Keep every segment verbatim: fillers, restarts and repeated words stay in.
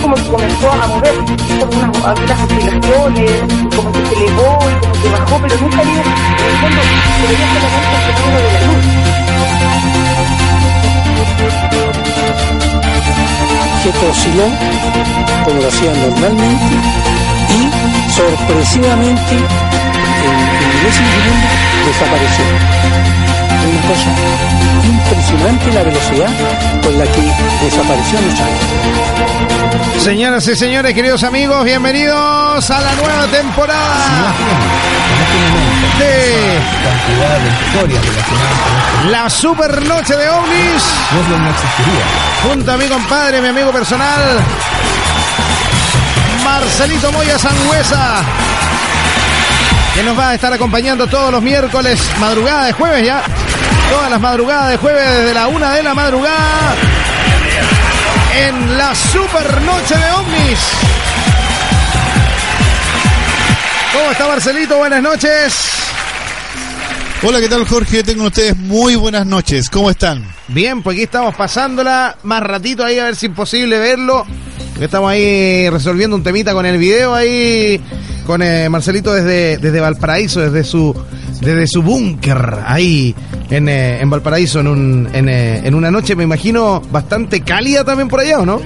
como que comenzó a mover algunas, algunas oscilaciones, como que se elevó y como que bajó, pero nunca había, en el fondo, se veía solamente el fenómeno de la luz. Que osciló como lo hacía normalmente y sorpresivamente en, en milésimos de segundo desapareció. Una cosa impresionante la velocidad con la que desapareció Luciano. Señoras y señores, queridos amigos, bienvenidos a la nueva temporada de la Super Noche de OVNIS. Junto a mi compadre, mi amigo personal, Marcelito Moya Sangüesa, que nos va a estar acompañando todos los miércoles, madrugada de jueves ya, todas las madrugadas de jueves desde la una de la madrugada, en la Super Noche de OVNIS. ¿Cómo está Marcelito? Buenas noches. Hola, ¿qué tal, Jorge? Tengo ustedes muy buenas noches. ¿Cómo están? Bien, pues aquí estamos pasándola más ratito ahí a ver si es posible verlo. Estamos ahí resolviendo un temita con el video ahí con eh, Marcelito desde, desde Valparaíso, desde su desde su búnker ahí en, eh, en Valparaíso en un en, eh, en una noche, me imagino, bastante cálida también por allá, ¿o no?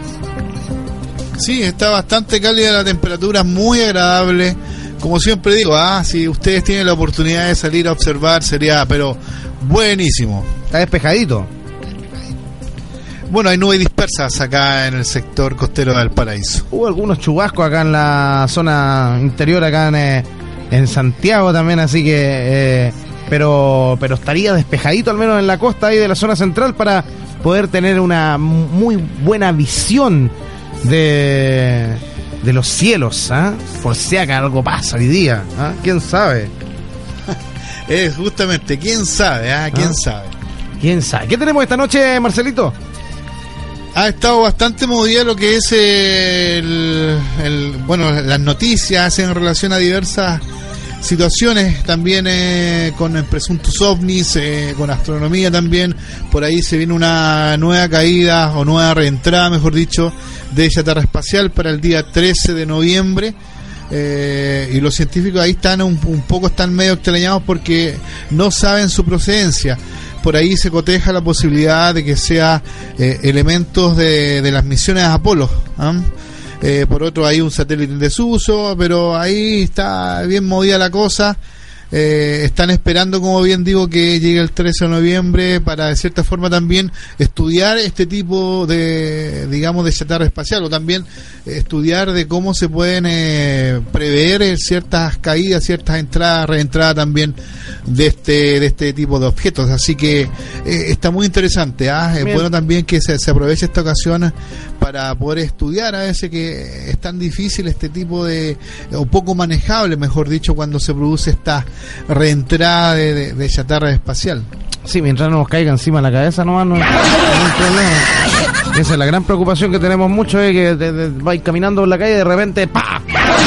Sí, está bastante cálida la temperatura, muy agradable. Como siempre digo, ah, si ustedes tienen la oportunidad de salir a observar, sería, pero buenísimo. Está despejadito. Bueno, hay nubes dispersas acá en el sector costero de Valparaíso. Hubo algunos chubascos acá en la zona interior, acá en, eh, en Santiago también, así que... Eh, pero pero estaría despejadito al menos en la costa ahí de la zona central para poder tener una muy buena visión de... de los cielos, ¿ah? ¿eh? Por si acá algo pasa hoy día, ¿ah? ¿eh? ¿Quién sabe? Es justamente, ¿quién sabe? ¿ah? ¿Quién ¿Ah? sabe? ¿Quién sabe? ¿Qué tenemos esta noche, Marcelito? Ha estado bastante movida lo que es el, el bueno, las noticias en relación a diversas situaciones, también eh, con presuntos ovnis, eh, con astronomía también. Por ahí se viene una nueva caída o nueva reentrada, mejor dicho, de chatarra espacial para el día trece de noviembre. Eh, y los científicos ahí están un, un poco están medio extrañados porque no saben su procedencia. Por ahí se coteja la posibilidad de que sea eh, elementos de, de las misiones Apolo, ¿eh? Eh, por otro hay un satélite en desuso, pero ahí está bien movida la cosa. Eh, están esperando, como bien digo, que llegue el trece de noviembre para de cierta forma también estudiar este tipo de, digamos, de chatarra espacial, o también eh, estudiar de cómo se pueden eh, prever eh, ciertas caídas, ciertas entradas, reentradas también de este de este tipo de objetos. Así que eh, está muy interesante. ¿ah? Es bueno también que se, se aproveche esta ocasión para poder estudiar a veces que es tan difícil este tipo de, o poco manejable, mejor dicho, cuando se produce esta reentrada de, de, de chatarra espacial. Sí, mientras no nos caiga encima la cabeza nomás, no, no hay problema. Esa es la gran preocupación que tenemos mucho, es que de, de, vais caminando por la calle y de repente ¡pa!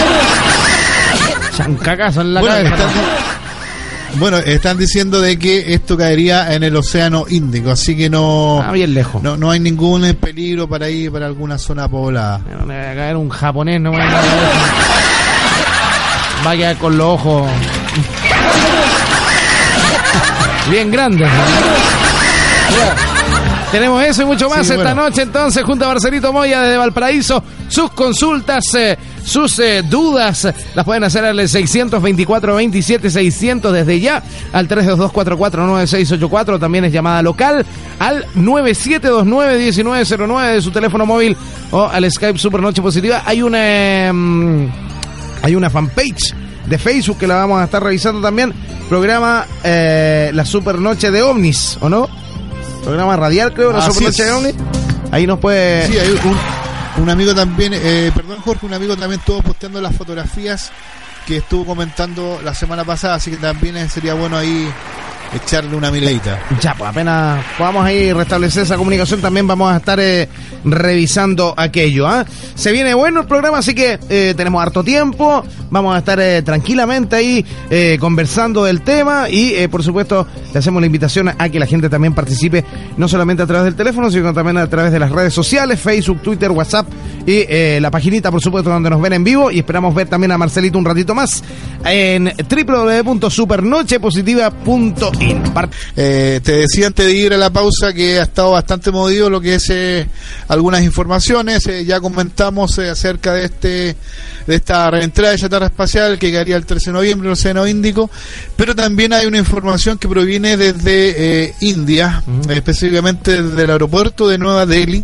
Chancagazo en la bueno, cabeza. Están, bueno, están diciendo de que esto caería en el Océano Índico, así que no, ah, bien lejos. no no hay ningún peligro para ir para alguna zona poblada. No le va a caer un japonés, no va a caer. Va a quedar con los ojos bien grandes, ¿no? Tenemos eso y mucho más sí, esta bueno. noche, entonces, junto a Marcelito Moya desde Valparaíso. Sus consultas, eh, sus eh, dudas, las pueden hacer al seiscientos veinticuatro veintisiete seiscientos desde ya, al tres dos dos cuatro cuatro nueve seis ocho cuatro. También es llamada local al nueve siete dos nueve uno nueve cero nueve de su teléfono móvil, o al Skype Super Noche Positiva. Hay una, eh, hay una fanpage de Facebook que la vamos a estar revisando también. Programa eh, la Super Noche de OVNIS, ¿o no? Programa radial, creo, la Super Noche de OVNIS. Ahí nos puede... Sí, hay un, un amigo también, eh, perdón Jorge, un amigo también estuvo posteando las fotografías que estuvo comentando la semana pasada, así que también sería bueno ahí echarle una miradita. Ya, pues apenas podamos ahí restablecer esa comunicación, también vamos a estar eh, revisando aquello. ¿eh? Se viene bueno el programa, así que eh, tenemos harto tiempo, vamos a estar eh, tranquilamente ahí eh, conversando del tema y eh, por supuesto le hacemos la invitación a que la gente también participe, no solamente a través del teléfono, sino también a través de las redes sociales, Facebook, Twitter, WhatsApp y eh, la paginita, por supuesto, donde nos ven en vivo, y esperamos ver también a Marcelito un ratito más en doble u doble u doble u punto supernoche positiva punto in. Eh, te decía antes de ir a la pausa que ha estado bastante movido lo que es eh, algunas informaciones. Eh, ya comentamos eh, acerca de este de esta reentrada de chatarra espacial que quedaría el trece de noviembre en el Océano Índico, pero también hay una información que proviene desde eh, India, uh-huh. específicamente desde el aeropuerto de Nueva Delhi,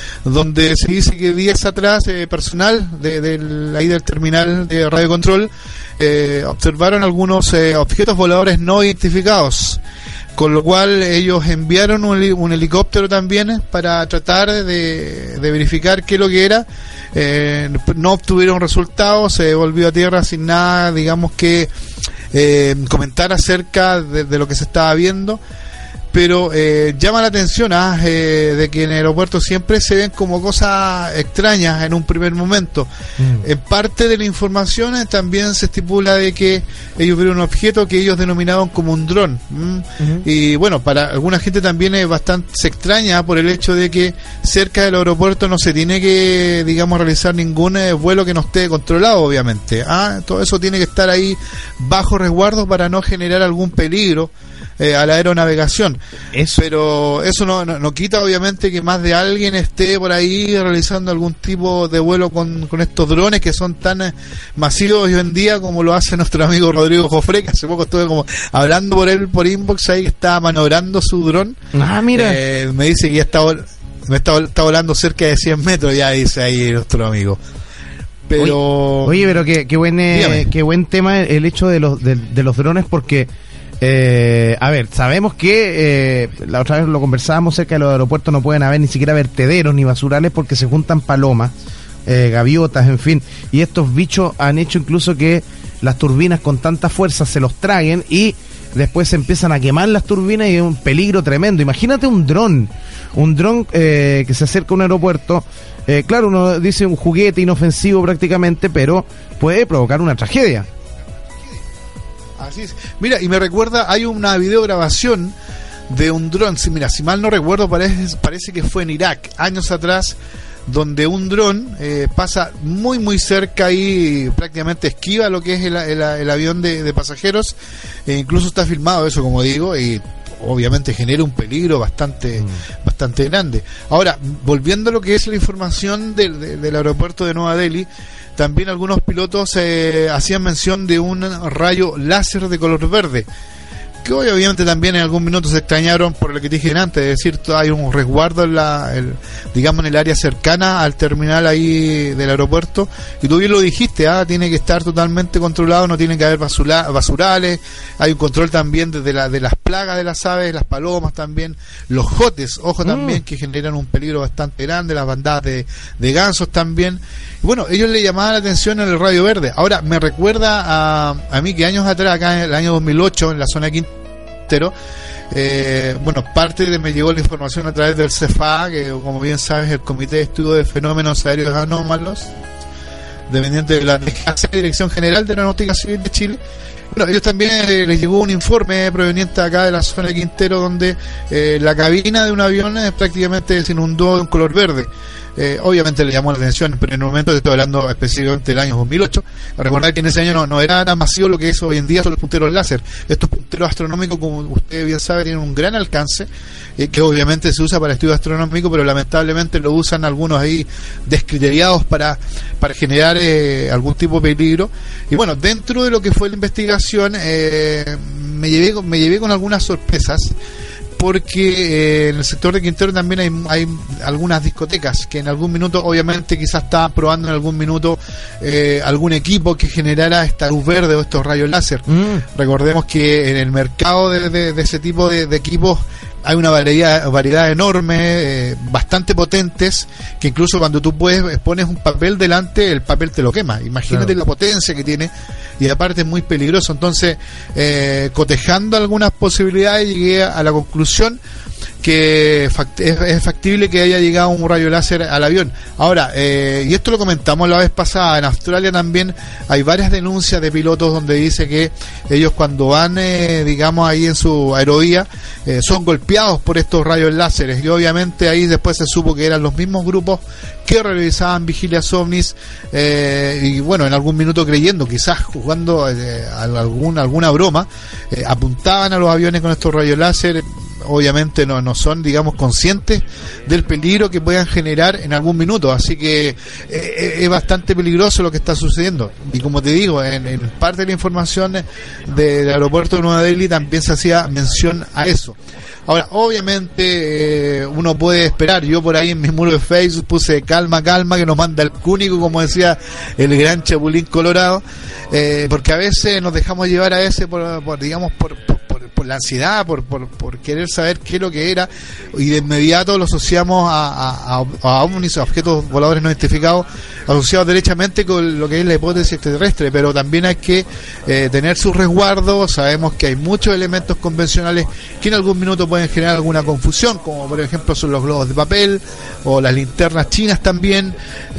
donde se dice que días atrás eh, personal de, de, ahí del terminal de radiocontrol eh, observaron algunos eh, objetos voladores no identificados, con lo cual ellos enviaron un, un helicóptero también para tratar de, de verificar qué es lo que era. Eh, no obtuvieron resultados, se volvió a tierra sin nada, digamos que eh, comentar acerca de, de lo que se estaba viendo. Pero eh, llama la atención ¿ah? eh, de que en el aeropuerto siempre se ven como cosas extrañas en un primer momento. Mm. En parte de la información eh, también se estipula de que ellos vieron un objeto que ellos denominaban como un dron. ¿Mm? Uh-huh. Y bueno, para alguna gente también es bastante, se extraña por el hecho de que cerca del aeropuerto no se tiene que, digamos, realizar ningún eh, vuelo que no esté controlado, obviamente. ¿ah? Todo eso tiene que estar ahí bajo resguardo para no generar algún peligro Eh, a la aeronavegación. Eso. Pero eso no, no, no quita obviamente que más de alguien esté por ahí realizando algún tipo de vuelo con, con estos drones que son tan eh, masivos hoy en día como lo hace nuestro amigo Rodrigo Jofre, que hace poco estuve como hablando por él por inbox ahí, que está maniobrando su dron. Ah, mira. Eh, me dice que ya está, me está, está volando cerca de cien metros, ya dice ahí nuestro amigo. Pero oye, oye pero qué, qué buen eh, qué buen tema el hecho de los de, de los drones, porque Eh, a ver, sabemos que eh, la otra vez lo conversábamos, cerca de los aeropuertos no pueden haber ni siquiera vertederos ni basurales porque se juntan palomas, eh, gaviotas, en fin, y estos bichos han hecho incluso que las turbinas con tanta fuerza se los traguen y después se empiezan a quemar las turbinas y es un peligro tremendo. Imagínate un dron, un dron eh, que se acerca a un aeropuerto, eh, claro, uno dice un juguete inofensivo prácticamente, pero puede provocar una tragedia. Así es. Mira, y me recuerda, hay una videograbación de un dron, si, mira, si mal no recuerdo, parece, parece que fue en Irak, años atrás, donde un dron eh, pasa muy muy cerca y prácticamente esquiva lo que es el, el, el avión de, de pasajeros, e incluso está filmado eso, como digo, y obviamente genera un peligro bastante mm. bastante grande. Ahora, volviendo a lo que es la información de, de, del aeropuerto de Nueva Delhi, también algunos pilotos eh, hacían mención de un rayo láser de color verde, que hoy obviamente también en algún minuto se extrañaron por lo que dije antes, es decir, hay un resguardo en la, el, digamos en el área cercana al terminal ahí del aeropuerto, y tú bien lo dijiste, ¿ah? Tiene que estar totalmente controlado, no tiene que haber basura, basurales, hay un control también desde la, de las plagas de las aves, las palomas también, los jotes, ojo mm. también, que generan un peligro bastante grande, las bandadas de, de gansos también. Y bueno, ellos le llamaban la atención en el rayo verde. Ahora, me recuerda a, a mí que años atrás, acá en el año dos mil ocho, en la zona de Quintero, eh, bueno, parte de me llegó la información a través del C F A, que como bien sabes, el Comité de Estudio de Fenómenos Aéreos Anómalos, dependiente de la D G A C, Dirección General de Aeronáutica Civil de Chile. Bueno, ellos también eh, les llegó un informe proveniente acá de la zona de Quintero, donde eh, la cabina de un avión eh, prácticamente se inundó de un color verde. Eh, obviamente le llamó la atención, pero en el momento, te estoy hablando específicamente del año dos mil ocho, recordar que en ese año no, no era tan masivo lo que es hoy en día son los punteros láser. Estos punteros astronómicos, como usted bien sabe, tienen un gran alcance, eh, que obviamente se usa para estudio astronómico, pero lamentablemente lo usan algunos ahí descriteriados para, para generar eh, algún tipo de peligro. Y bueno, dentro de lo que fue la investigación, eh, me llevé, me llevé con algunas sorpresas, porque eh, en el sector de Quintero también hay, hay algunas discotecas que en algún minuto, obviamente quizás estaban probando en algún minuto eh, algún equipo que generara esta luz verde o estos rayos láser. Mm. Recordemos que en el mercado de, de, de ese tipo de, de equipos hay una variedad, variedad enorme, eh, bastante potentes, que incluso cuando tú puedes pones un papel delante, el papel te lo quema. Imagínate claro. la potencia que tiene, y aparte es muy peligroso. Entonces, eh, cotejando algunas posibilidades, llegué a la conclusión que es factible que haya llegado un rayo láser al avión. Ahora, eh, y esto lo comentamos la vez pasada, en Australia también hay varias denuncias de pilotos donde dice que ellos cuando van, eh, digamos, ahí en su aerovía, eh, son golpeados por estos rayos láseres, y obviamente ahí después se supo que eran los mismos grupos que realizaban vigilias ovnis, eh, y bueno, en algún minuto creyendo, quizás jugando eh, a algún, alguna broma, eh, apuntaban a los aviones con estos rayos láser. Obviamente no, no son, digamos, conscientes del peligro que puedan generar en algún minuto, así que eh, es bastante peligroso lo que está sucediendo. Y como te digo, en, en parte de la información de, del aeropuerto de Nueva Delhi también se hacía mención a eso. Ahora, obviamente, eh, uno puede esperar. Yo por ahí en mi muro de Facebook puse calma, calma, que nos manda el cúnico, como decía el gran Chapulín Colorado, eh, porque a veces nos dejamos llevar a ese por, por digamos, por, por, por, por la ansiedad, por, por, por querer saber qué es lo que era, y de inmediato lo asociamos a, a, a ovnis, a objetos voladores no identificados, asociados derechamente con lo que es la hipótesis extraterrestre. Pero también hay que eh, tener sus resguardos. Sabemos que hay muchos elementos convencionales que en algún minuto pueden generar alguna confusión, como por ejemplo son los globos de papel o las linternas chinas también,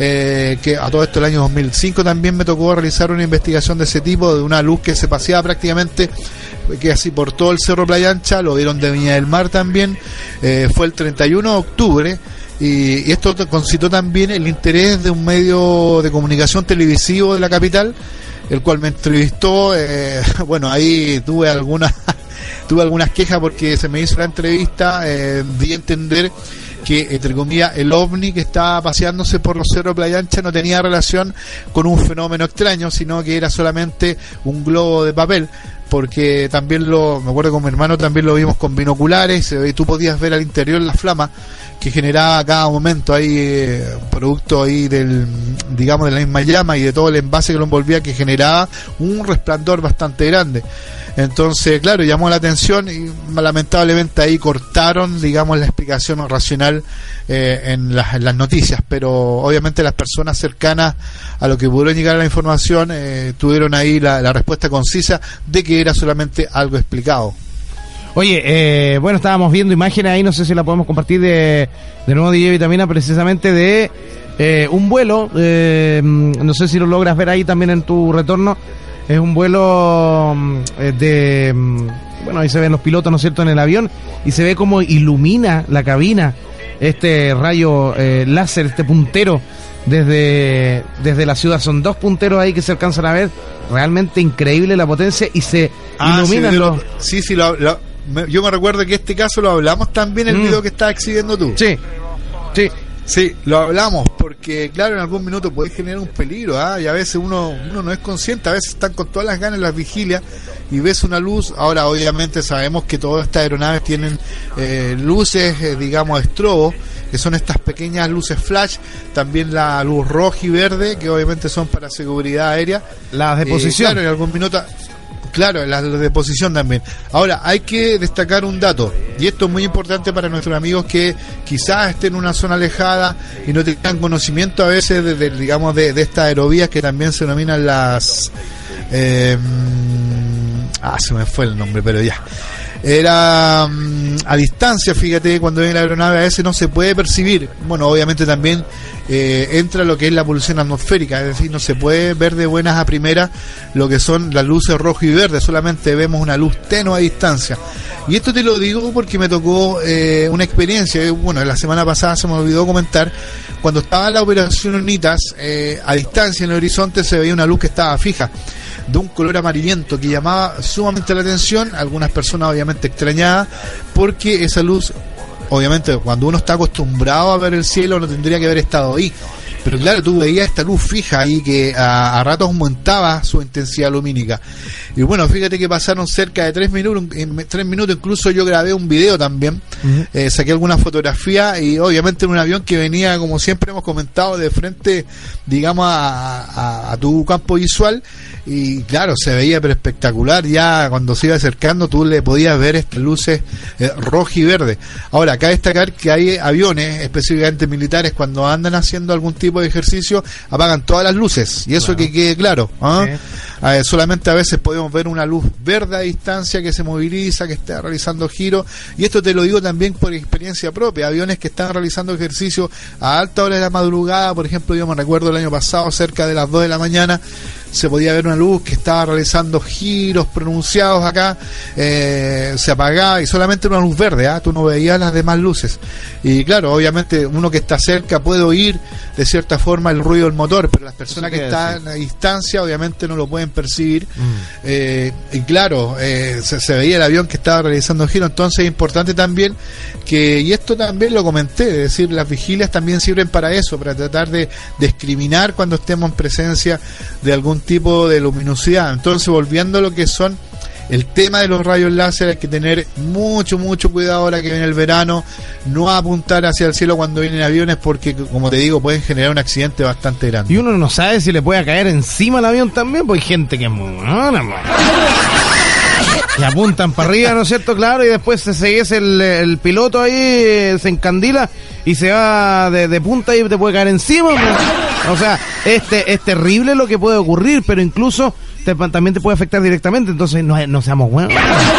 eh, que a todo esto el año dos mil cinco también me tocó realizar una investigación de ese tipo, de una luz que se paseaba prácticamente que así por todo el Cerro Playa Ancha. Lo vieron de Viña del Mar también, eh, fue el treinta y uno de octubre. Y, y esto concitó también el interés de un medio de comunicación televisivo de la capital, el cual me entrevistó. Eh, bueno, ahí tuve algunas tuve algunas quejas porque se me hizo la entrevista, eh, di a entender que, entre comillas, el ovni que estaba paseándose por los cerros Playa Ancha no tenía relación con un fenómeno extraño, sino que era solamente un globo de papel, porque también lo, me acuerdo con mi hermano, también lo vimos con binoculares, y tú podías ver al interior la flama que generaba a cada momento ahí, eh, producto ahí del, digamos, de la misma llama y de todo el envase que lo envolvía, que generaba un resplandor bastante grande. Entonces, claro, llamó la atención y lamentablemente ahí cortaron, digamos, la explicación racional eh, en, las, en las noticias, pero obviamente las personas cercanas a lo que pudieron llegar a la información eh, tuvieron ahí la, la respuesta concisa de que era solamente algo explicado. Oye, eh, bueno, estábamos viendo imágenes ahí, no sé si la podemos compartir de, de nuevo D J Vitamina, precisamente de eh, un vuelo, eh, no sé si lo logras ver ahí también en tu retorno. Es un vuelo eh, de... Bueno, ahí se ven los pilotos, ¿no es cierto?, en el avión, y se ve cómo ilumina la cabina este rayo eh, láser, este puntero desde, desde la ciudad. Son dos punteros ahí que se alcanzan a ver. Realmente increíble la potencia, y se ah, iluminan sí, los... Sí, sí, lo, lo, me, yo me recuerdo que este caso lo hablamos también en el mm. video que estás exhibiendo tú. Sí, sí. Sí, lo hablamos, porque claro, en algún minuto puede generar un peligro, ¿ah? Y a veces uno uno no es consciente, a veces están con todas las ganas en las vigilias y ves una luz. Ahora, obviamente sabemos que todas estas aeronaves tienen eh, luces, eh, digamos, estrobo, que son estas pequeñas luces flash, también la luz roja y verde, que obviamente son para seguridad aérea. Las de posición. Eh, claro, en algún minuto... Claro, la de posición también. Ahora, hay que destacar un dato, y esto es muy importante para nuestros amigos que quizás estén en una zona alejada y no tengan conocimiento a veces de, de digamos, de, de estas aerovías que también se denominan las... Eh, ah, se me fue el nombre, pero ya. Era um, a distancia, fíjate, cuando viene la aeronave a veces no se puede percibir. Bueno, obviamente también eh, entra lo que es la polución atmosférica, es decir, no se puede ver de buenas a primeras lo que son las luces rojo y verde, solamente vemos una luz tenue a distancia. Y esto te lo digo porque me tocó eh, una experiencia, bueno, la semana pasada se me olvidó comentar, cuando estaba en la operación UNITAS, eh, a distancia en el horizonte se veía una luz que estaba fija, de un color amarillento, que llamaba sumamente la atención. Algunas personas obviamente extrañadas, porque esa luz, obviamente cuando uno está acostumbrado a ver el cielo, no tendría que haber estado ahí. pero claro, tú veías esta luz fija ahí que a, a ratos aumentaba su intensidad lumínica. Y bueno, fíjate que pasaron cerca de tres minutos, en tres minutos incluso yo grabé un video también, uh-huh. eh, saqué alguna fotografía y obviamente en un avión que venía, como siempre hemos comentado, de frente, digamos, a, a, a tu campo visual, y claro, se veía pero espectacular. Ya cuando se iba acercando tú le podías ver estas luces eh, roja y verde. Ahora, acá destacar que hay aviones, específicamente militares, cuando andan haciendo algún tipo de ejercicio, apagan todas las luces, y eso claro. que quede claro, ¿eh? Sí. Eh, solamente a veces podemos ver una luz verde a distancia que se moviliza, que está realizando giros, y esto te lo digo también por experiencia propia. Aviones que están realizando ejercicio a alta hora de la madrugada, por ejemplo, yo me recuerdo el año pasado, cerca de las dos de la mañana, se podía ver una luz que estaba realizando giros pronunciados acá, eh, se apagaba y solamente una luz verde, ¿eh? Tú no veías las demás luces. Y claro, obviamente uno que está cerca puede oír de cierta forma el ruido del motor, pero las personas que están a distancia obviamente no lo pueden percibir. Mm. Eh, y claro, eh, se, se veía el avión que estaba realizando giros. Entonces es importante también que, y esto también lo comenté, es decir, las vigilias también sirven para eso, para tratar de discriminar cuando estemos en presencia de algún tipo de luminosidad. Entonces, volviendo a lo que son el tema de los rayos láser, hay que tener mucho, mucho cuidado ahora que viene el verano, no apuntar hacia el cielo cuando vienen aviones, porque, como te digo, pueden generar un accidente bastante grande. Y uno no sabe si le puede caer encima el avión también, porque hay gente que es muy... y apuntan para arriba, ¿no es cierto? Claro, y después se seguís el, el piloto ahí, se encandila y se va de, de punta y te puede caer encima, ¿no? O sea, este es terrible lo que puede ocurrir, pero incluso te, también te puede afectar directamente, entonces no, no seamos buenos.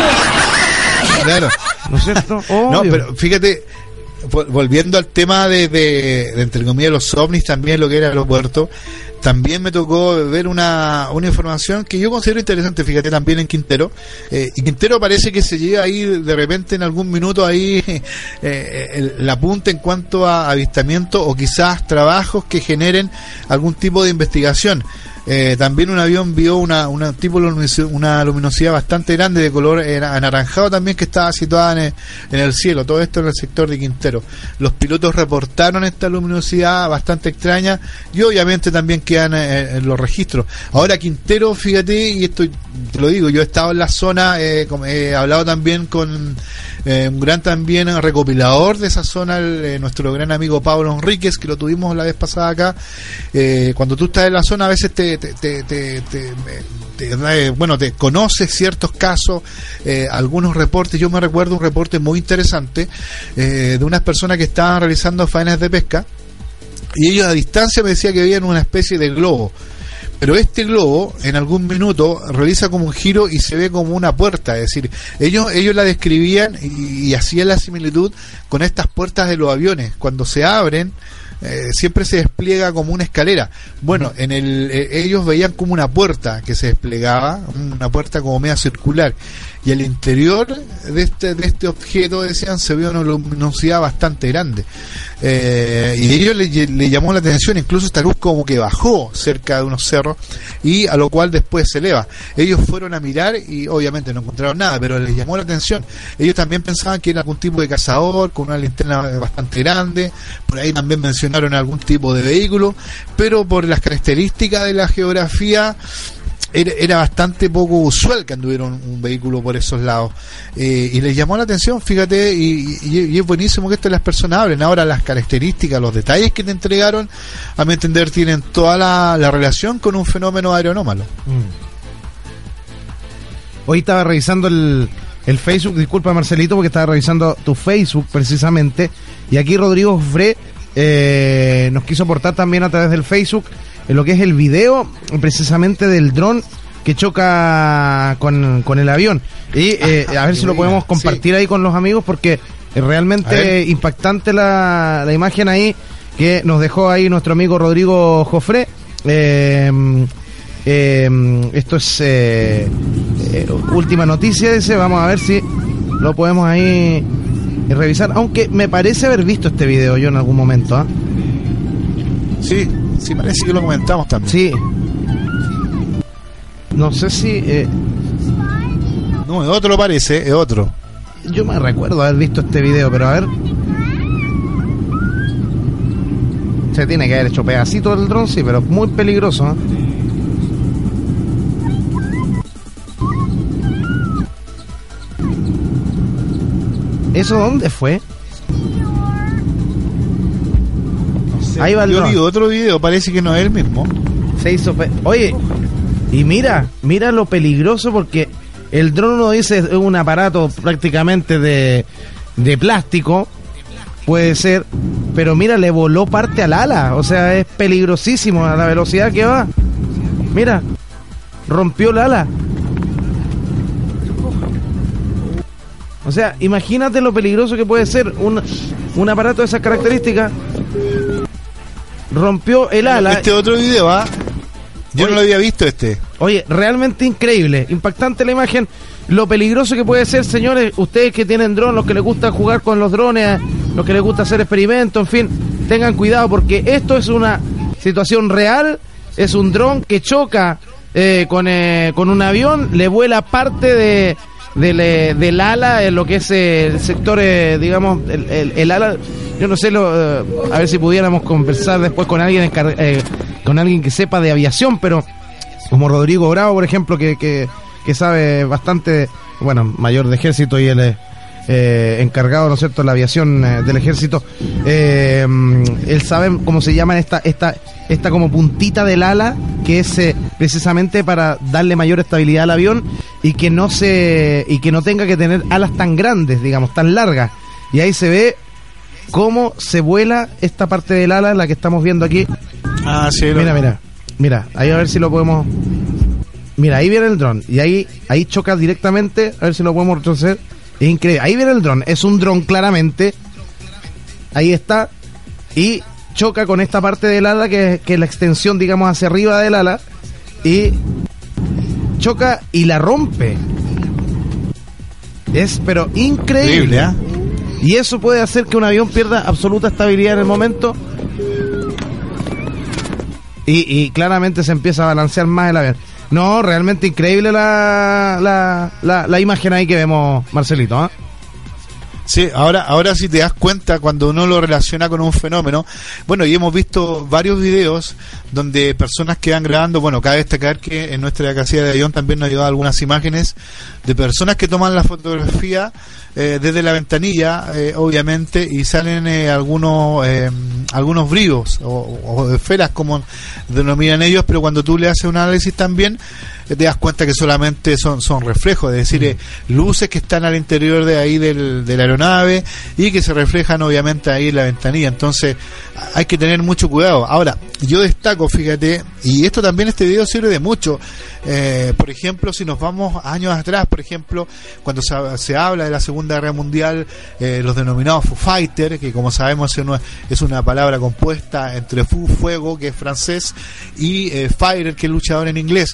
Claro. ¿No es cierto? Obvio. No, pero fíjate, volviendo al tema de, de, de entre comillas, los ovnis, también lo que era el aeropuerto, también me tocó ver una, una información que yo considero interesante, fíjate, también en Quintero. Eh, y Quintero parece que se lleva ahí de repente en algún minuto ahí eh, el, la punta en cuanto a avistamiento o quizás trabajos que generen algún tipo de investigación. Eh, también un avión vio una, una tipo una luminosidad bastante grande de color anaranjado también, que estaba situada en el, en el cielo, todo esto en el sector de Quintero. Los pilotos reportaron esta luminosidad bastante extraña y obviamente también quedan en, en los registros. Ahora Quintero, fíjate, y esto te lo digo, yo he estado en la zona, eh, he hablado también con eh, un gran también recopilador de esa zona, el, eh, nuestro gran amigo Pablo Enríquez, que lo tuvimos la vez pasada acá. Eh, cuando tú estás en la zona a veces te Te, te, te, te, te, te, bueno, te conoces ciertos casos, eh, algunos reportes. Yo me recuerdo un reporte muy interesante eh, de unas personas que estaban realizando faenas de pesca y ellos a distancia me decían que veían una especie de globo, pero este globo en algún minuto realiza como un giro y se ve como una puerta. Es decir, ellos ellos la describían y, y hacían la similitud con estas puertas de los aviones cuando se abren. Eh, siempre se despliega como una escalera. Bueno, en el eh, ellos veían como una puerta que se desplegaba, una puerta como media circular, y al interior de este de este objeto, decían, se veía una luminosidad bastante grande. Eh, y a ellos le, le llamó la atención incluso esta luz como que bajó cerca de unos cerros, y a lo cual después se eleva. Ellos fueron a mirar y obviamente no encontraron nada, pero les llamó la atención. Ellos también pensaban que era algún tipo de cazador con una linterna bastante grande. Por ahí también mencionaron algún tipo de vehículo, pero por las características de la geografía Era, era bastante poco usual que anduviera un, un vehículo por esos lados, eh, y les llamó la atención, fíjate, y, y, y es buenísimo que esto las personas hablen. Ahora las características, los detalles que te entregaron, a mi entender, tienen toda la, la relación con un fenómeno aeronómalo. Mm. Hoy estaba revisando el, el Facebook, disculpa Marcelito, porque estaba revisando tu Facebook precisamente, y aquí Rodrigo Fre eh, nos quiso aportar también a través del Facebook en lo que es el video precisamente del dron que choca con, con el avión, y eh, a ver si lo podemos compartir, sí, ahí con los amigos, porque es realmente impactante la, la imagen ahí que nos dejó ahí nuestro amigo Rodrigo Jofré. Eh, eh, esto es eh, eh, última noticia, dice. Vamos a ver si lo podemos ahí revisar, aunque me parece haber visto este video yo en algún momento, ¿eh? Sí. Sí, parece que lo comentamos también. Sí. No sé si... Eh... No, es otro, parece, es otro. Yo me recuerdo haber visto este video, pero a ver... se tiene que haber hecho pedacito el dron, sí, pero muy peligroso, ¿eh? ¿Eso dónde fue? No sé, ahí va el yo dron. vi otro video, parece que no es el mismo. Se hizo pe- Oye, y mira, mira lo peligroso, porque el dron, uno dice, es un aparato prácticamente de, de plástico, puede ser, pero mira, le voló parte al ala, o sea, es peligrosísimo a la velocidad que va. Mira, rompió el ala. O sea, imagínate lo peligroso que puede ser un, un aparato de esas características. Rompió el ala. Este otro video, ¿ah? Yo Oye, no lo había visto este. Oye, realmente increíble, impactante la imagen, lo peligroso que puede ser, señores, ustedes que tienen dron, los que les gusta jugar con los drones, los que les gusta hacer experimentos, en fin, tengan cuidado, porque esto es una situación real, es un dron que choca eh, con, eh, con un avión, le vuela parte de del, eh, del ala, en lo que es eh, el sector, eh, digamos, el, el, el ala, yo no sé, lo, eh, a ver si pudiéramos conversar después con alguien encar- eh, con alguien que sepa de aviación, pero como Rodrigo Bravo, por ejemplo, que, que, que sabe bastante, bueno, mayor de ejército, y él es eh, encargado, ¿no es cierto?, de la aviación eh, del ejército. Eh, él sabe cómo se llama esta esta esta como puntita del ala, que es eh, precisamente para darle mayor estabilidad al avión y que no se y que no tenga que tener alas tan grandes, digamos, tan largas. Y ahí se ve cómo se vuela esta parte del ala, la que estamos viendo aquí. Ah, sí. Mira, mira, mira, ahí a ver si lo podemos. Mira, ahí viene el dron y ahí ahí choca directamente, a ver si lo podemos retroceder. Es increíble, ahí viene el dron, es un dron claramente. Ahí está, y choca con esta parte del ala que, que es la extensión, digamos, hacia arriba del ala, y choca y la rompe. Es pero increíble, increíble, ¿eh? Y eso puede hacer que un avión pierda absoluta estabilidad en el momento. Y, y claramente se empieza a balancear más el avión. No, realmente increíble la, la, la, la imagen ahí que vemos, Marcelito, ¿eh? Sí, ahora, ahora sí te das cuenta cuando uno lo relaciona con un fenómeno. Bueno, y hemos visto varios videos donde personas que van grabando, bueno, cabe destacar que en nuestra casilla de avión también nos ha llegado algunas imágenes de personas que toman la fotografía eh, desde la ventanilla, eh, obviamente, y salen eh, algunos eh, algunos brillos o, o esferas, como denominan ellos, pero cuando tú le haces un análisis también te das cuenta que solamente son son reflejos, es decir, eh, luces que están al interior de ahí del, de la aeronave y que se reflejan obviamente ahí en la ventanilla. Entonces hay que tener mucho cuidado. Ahora, yo destaco, fíjate, y esto también, este video sirve de mucho, eh, por ejemplo, si nos vamos años atrás, por ejemplo, cuando se, se habla de la Segunda Guerra Mundial, eh, los denominados Foo Fighters, que como sabemos es una, es una palabra compuesta entre Foo, fuego, que es francés, y eh, Fighter, que es luchador en inglés.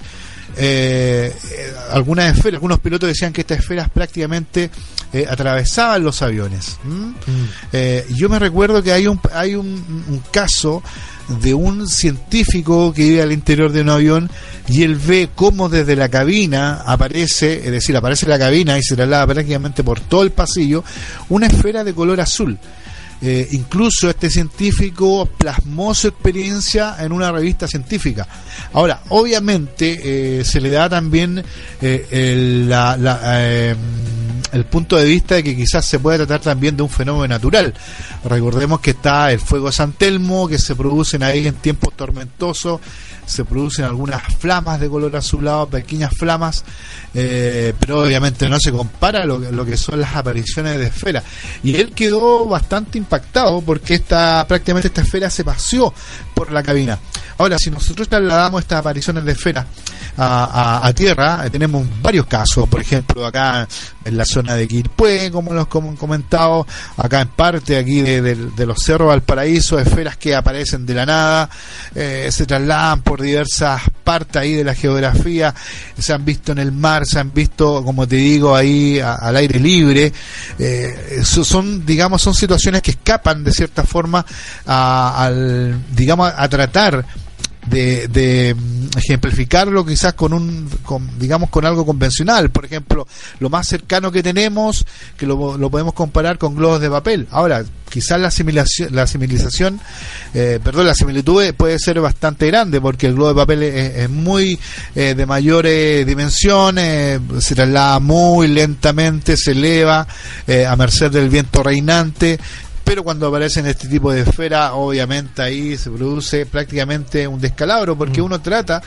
Eh, eh, algunas esferas, algunos pilotos decían que estas esferas prácticamente eh, atravesaban los aviones. ¿Mm? Mm. Eh, yo me recuerdo que hay un hay un, un caso de un científico que vive al interior de un avión y él ve cómo desde la cabina aparece, es decir, aparece la cabina y se traslada prácticamente por todo el pasillo una esfera de color azul. Eh, incluso este científico plasmó su experiencia en una revista científica. Ahora, obviamente, eh, se le da también eh, el, la, la, eh, el punto de vista de que quizás se puede tratar también de un fenómeno natural. Recordemos que está el fuego de San Telmo, que se producen ahí en tiempos tormentosos, se producen algunas flamas de color azulado, pequeñas flamas, eh, pero obviamente no se compara lo, lo que son las apariciones de esferas. Y él quedó bastante impactado porque esta prácticamente esta esfera se paseó por la cabina. Ahora, si nosotros trasladamos estas apariciones de esferas a, a, a tierra, eh, tenemos varios casos, por ejemplo, acá en la zona de Quilpué, como los como comentado, acá en parte aquí de, de, de los cerros Valparaíso, esferas que aparecen de la nada, eh, se trasladan por diversas partes ahí de la geografía, se han visto en el mar, se han visto, como te digo, ahí a, al aire libre. Eh, son, digamos, son situaciones que escapan de cierta forma a, al, digamos, a tratar de, de ejemplificarlo quizás con un, con, digamos, con algo convencional. Por ejemplo, lo más cercano que tenemos, que lo, lo podemos comparar con globos de papel. Ahora, quizás la asimilación, la similización, eh, perdón, la similitud puede ser bastante grande, porque el globo de papel es, es muy eh, de mayores dimensiones, se traslada muy lentamente, se eleva eh, a merced del viento reinante. Pero cuando aparecen este tipo de esferas, obviamente ahí se produce prácticamente un descalabro, porque uno trata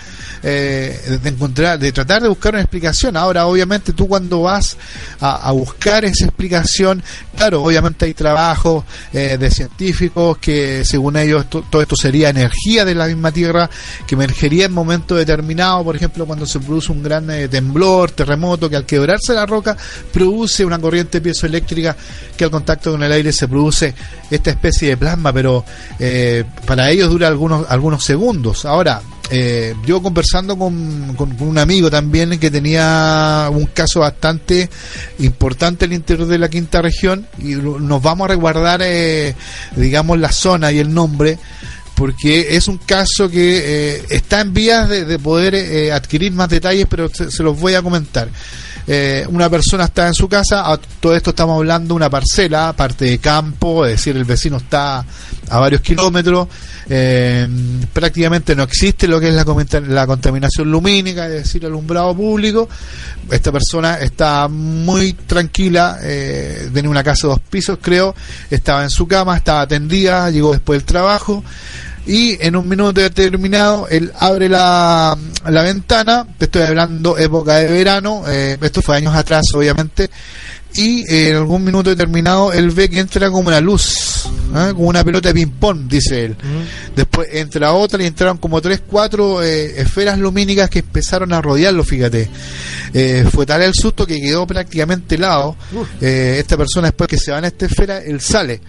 eh, de encontrar, de tratar de buscar una explicación. Ahora, obviamente, tú cuando vas a, a buscar esa explicación, claro, obviamente hay trabajos eh, de científicos que, según ellos, to, todo esto sería energía de la misma Tierra que emergería en momentos determinados. Por ejemplo, cuando se produce un gran eh, temblor, terremoto, que al quebrarse la roca produce una corriente piezoeléctrica que al contacto con el aire se produce esta especie de plasma, pero eh, para ellos dura algunos algunos segundos. Ahora, eh, yo conversando con, con, con un amigo también que tenía un caso bastante importante en el interior de la quinta región, y nos vamos a resguardar eh, digamos la zona y el nombre, porque es un caso que eh, está en vías de, de poder eh, adquirir más detalles, pero se, se los voy a comentar. Eh, una persona está en su casa, a todo esto estamos hablando de una parcela, parte de campo, es decir, el vecino está a varios kilómetros, eh, prácticamente no existe lo que es la, la contaminación lumínica, es decir, alumbrado público. Esta persona está muy tranquila, eh, tenía una casa de dos pisos, creo, estaba en su cama, estaba atendida, llegó después del trabajo, y en un minuto determinado él abre la, la ventana. Te estoy hablando época de verano, eh, esto fue años atrás obviamente, y eh, en algún minuto determinado él ve que entra como una luz, ¿eh? Como una pelota de ping pong, dice él. Uh-huh. Después entra otra y entraron como tres, cuatro eh, esferas lumínicas que empezaron a rodearlo, fíjate. Eh, fue tal el susto que quedó prácticamente helado. Uh. Eh, esta persona, después que se va en esta esfera, él sale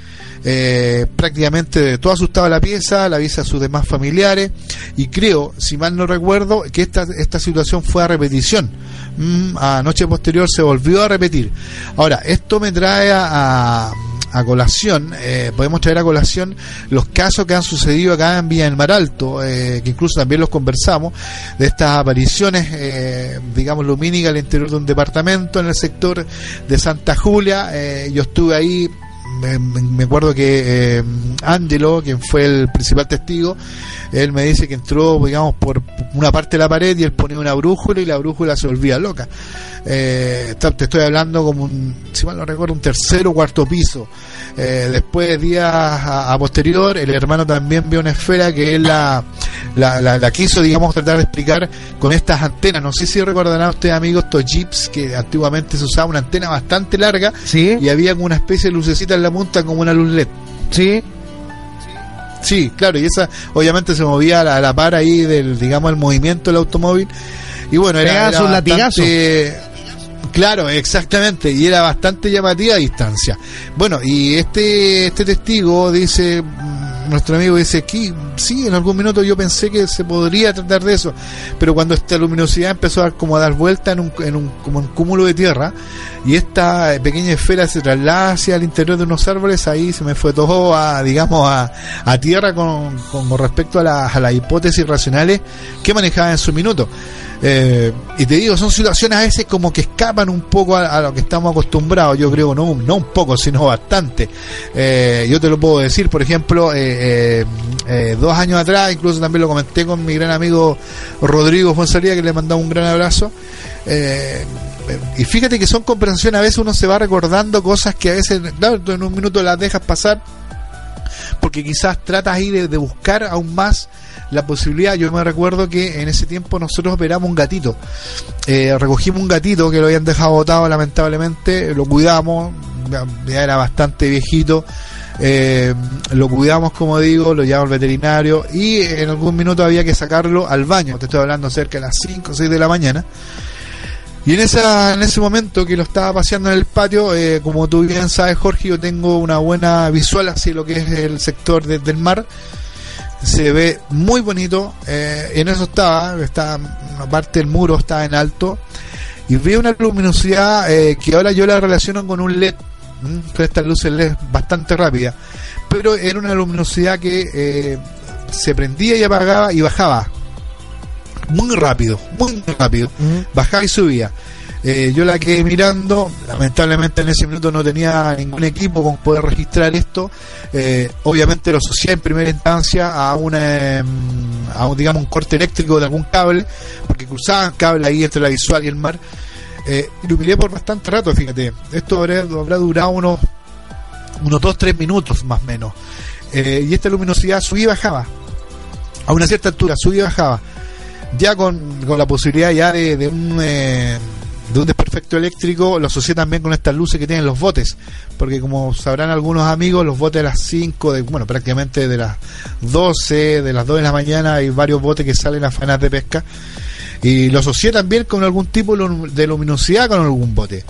eh, prácticamente todo asustado a la pieza, le avisa a sus demás familiares, y creo, si mal no recuerdo, que esta, esta situación fue a repetición. Mm, a noche posterior se volvió a repetir. Ahora, esto me trae a, a, a colación, eh, podemos traer a colación los casos que han sucedido acá en Villa del Mar Alto, eh, que incluso también los conversamos, de estas apariciones, eh, digamos, lumínicas al interior de un departamento en el sector de Santa Julia. Eh, yo estuve ahí. Me, me acuerdo que eh, Ángelo, quien fue el principal testigo, él me dice que entró, digamos, por una parte de la pared y él ponía una brújula y la brújula se volvía loca. Eh, te estoy hablando como un, si mal no recuerdo, un tercer o cuarto piso. Eh, después, días a, a posterior, el hermano también vio una esfera que él la, la, la, la quiso, digamos, tratar de explicar con estas antenas. No sé si recordarán ustedes, amigos, estos jeeps que antiguamente se usaba una antena bastante larga, ¿sí? Y había como una especie de lucecita en la punta como una luz L E D. Sí. Sí, claro, y esa obviamente se movía a la, a la par ahí del, digamos, el movimiento del automóvil. Y bueno, era, era bastante, claro, exactamente, y era bastante llamativa a distancia. Bueno, y este este testigo dice, nuestro amigo dice que sí, en algún minuto yo pensé que se podría tratar de eso, pero cuando esta luminosidad empezó a como a dar vuelta en un, en un como un cúmulo de tierra, y esta pequeña esfera se traslada hacia el interior de unos árboles, ahí se me fue todo a, digamos, a, a tierra con, con respecto a, la, a las hipótesis racionales que manejaba en su minuto. Eh, y te digo, son situaciones a veces como que escapan un poco a, a lo que estamos acostumbrados, yo creo, no, no un poco, sino bastante. Eh, yo te lo puedo decir, por ejemplo, eh, eh, eh, dos años atrás, incluso también lo comenté con mi gran amigo Rodrigo Fonsalía, que le mandaba un gran abrazo. Eh, y fíjate que son conversaciones, a veces uno se va recordando cosas que a veces, claro, en un minuto las dejas pasar, porque quizás tratas ahí de, de buscar aún más la posibilidad. Yo me recuerdo que en ese tiempo nosotros operamos un gatito, eh, recogimos un gatito que lo habían dejado botado lamentablemente, lo cuidamos, ya era bastante viejito, eh, lo cuidamos, como digo, lo llevamos al veterinario, y en algún minuto había que sacarlo al baño. Te estoy hablando cerca de las cinco o seis de la mañana. Y en esa en ese momento que lo estaba paseando en el patio, eh, como tú bien sabes, Jorge, yo tengo una buena visual hacia lo que es el sector de, del mar. Se ve muy bonito. Eh, en eso estaba, está una parte del muro está en alto, y veo una luminosidad eh, que ahora yo la relaciono con un L E D, ¿m? Con estas luces L E D bastante rápida, pero era una luminosidad que eh, se prendía y apagaba y bajaba muy rápido, muy rápido, uh-huh. bajaba y subía. Eh, yo la quedé mirando, lamentablemente en ese minuto no tenía ningún equipo con poder registrar esto. Eh, obviamente lo asocié en primera instancia a una a un, digamos, un corte eléctrico de algún cable, porque cruzaban cable ahí entre la visual y el mar. Eh, y lo miré por bastante rato, fíjate. Esto habrá, habrá durado unos unos dos tres minutos más o menos. Eh, y esta luminosidad subía y bajaba a una cierta altura, subía y bajaba, ya con, con la posibilidad ya de, de un eh, de un desperfecto eléctrico. Lo asocié también con estas luces que tienen los botes, porque como sabrán algunos amigos, los botes a las cinco, de, bueno, prácticamente de las doce, de las dos de la mañana, hay varios botes que salen a faenas de pesca, y lo asocié también con algún tipo de luminosidad con algún bote.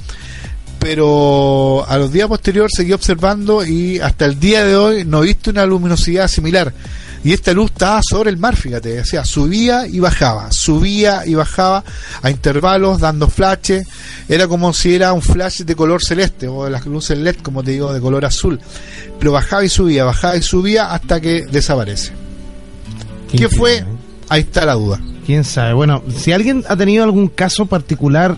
Pero a los días posteriores seguí observando y hasta el día de hoy no he visto una luminosidad similar. Y esta luz estaba sobre el mar, fíjate, o sea, subía y bajaba, subía y bajaba a intervalos, dando flashes. Era como si era un flash de color celeste, o de las luces L E D, como te digo, de color azul. Pero bajaba y subía, bajaba y subía hasta que desaparece. ¿Qué, ¿Qué fue? Ahí está la duda. ¿Quién sabe? Bueno, si alguien ha tenido algún caso particular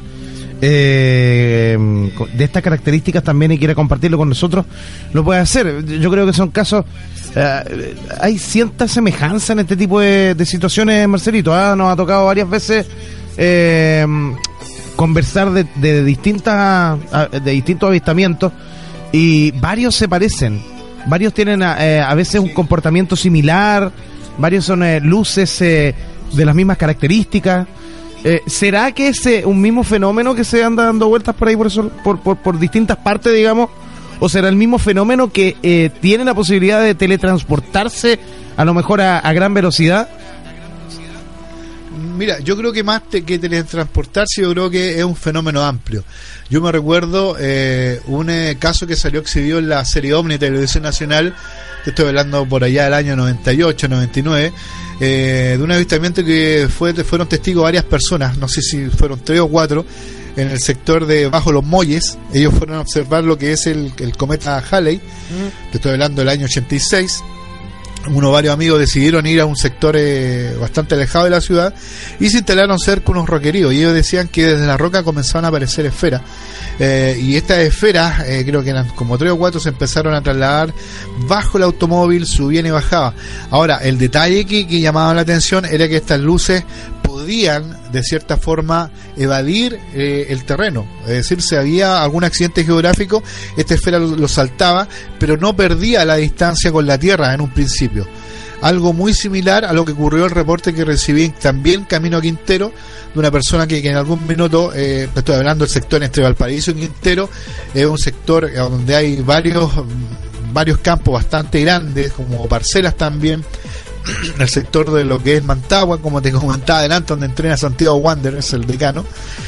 eh, de estas características también y quiere compartirlo con nosotros, lo puede hacer. Yo creo que son casos... Uh, hay cierta semejanza en este tipo de, de situaciones, Marcelito. ¿eh? Nos ha tocado varias veces eh, conversar de, de distintas de distintos avistamientos, y varios se parecen, varios tienen eh, a veces un comportamiento similar, varios son eh, luces eh, de las mismas características. Eh, ¿Será que es eh, un mismo fenómeno que se anda dando vueltas por ahí por, eso, por, por, por distintas partes, digamos? ¿O será el mismo fenómeno que eh, tiene la posibilidad de teletransportarse a lo mejor a, a gran velocidad? Mira, yo creo que más te, que teletransportarse, yo creo que es un fenómeno amplio. Yo me recuerdo eh, un eh, caso que salió exhibido en la serie Omni Televisión Nacional, te estoy hablando por allá del año noventa y ocho, noventa y nueve, eh, de un avistamiento que fue, fueron testigos varias personas, no sé si fueron tres o cuatro, en el sector de Bajo los Molles. Ellos fueron a observar lo que es el, el cometa Halley, mm. te estoy hablando del año ochenta y seis. Unos varios amigos decidieron ir a un sector eh, bastante alejado de la ciudad y se instalaron cerca unos roqueríos, y ellos decían que desde la roca comenzaban a aparecer esferas, eh, y estas esferas, eh, creo que eran como tres o cuatro, se empezaron a trasladar bajo el automóvil, subían y bajaban. Ahora, el detalle que, que llamaba la atención era que estas luces podían de cierta forma evadir eh, el terreno, es decir, si había algún accidente geográfico, esta esfera lo, lo saltaba, pero no perdía la distancia con la Tierra en un principio. Algo muy similar a lo que ocurrió el reporte que recibí también camino a Quintero, de una persona que, que en algún minuto, eh, estoy hablando del sector entre Valparaíso y Quintero, es un sector donde hay varios varios campos bastante grandes, como parcelas también, el sector de lo que es Mantagua, como te comentaba adelante, donde entrena Santiago Wanderers, el decano.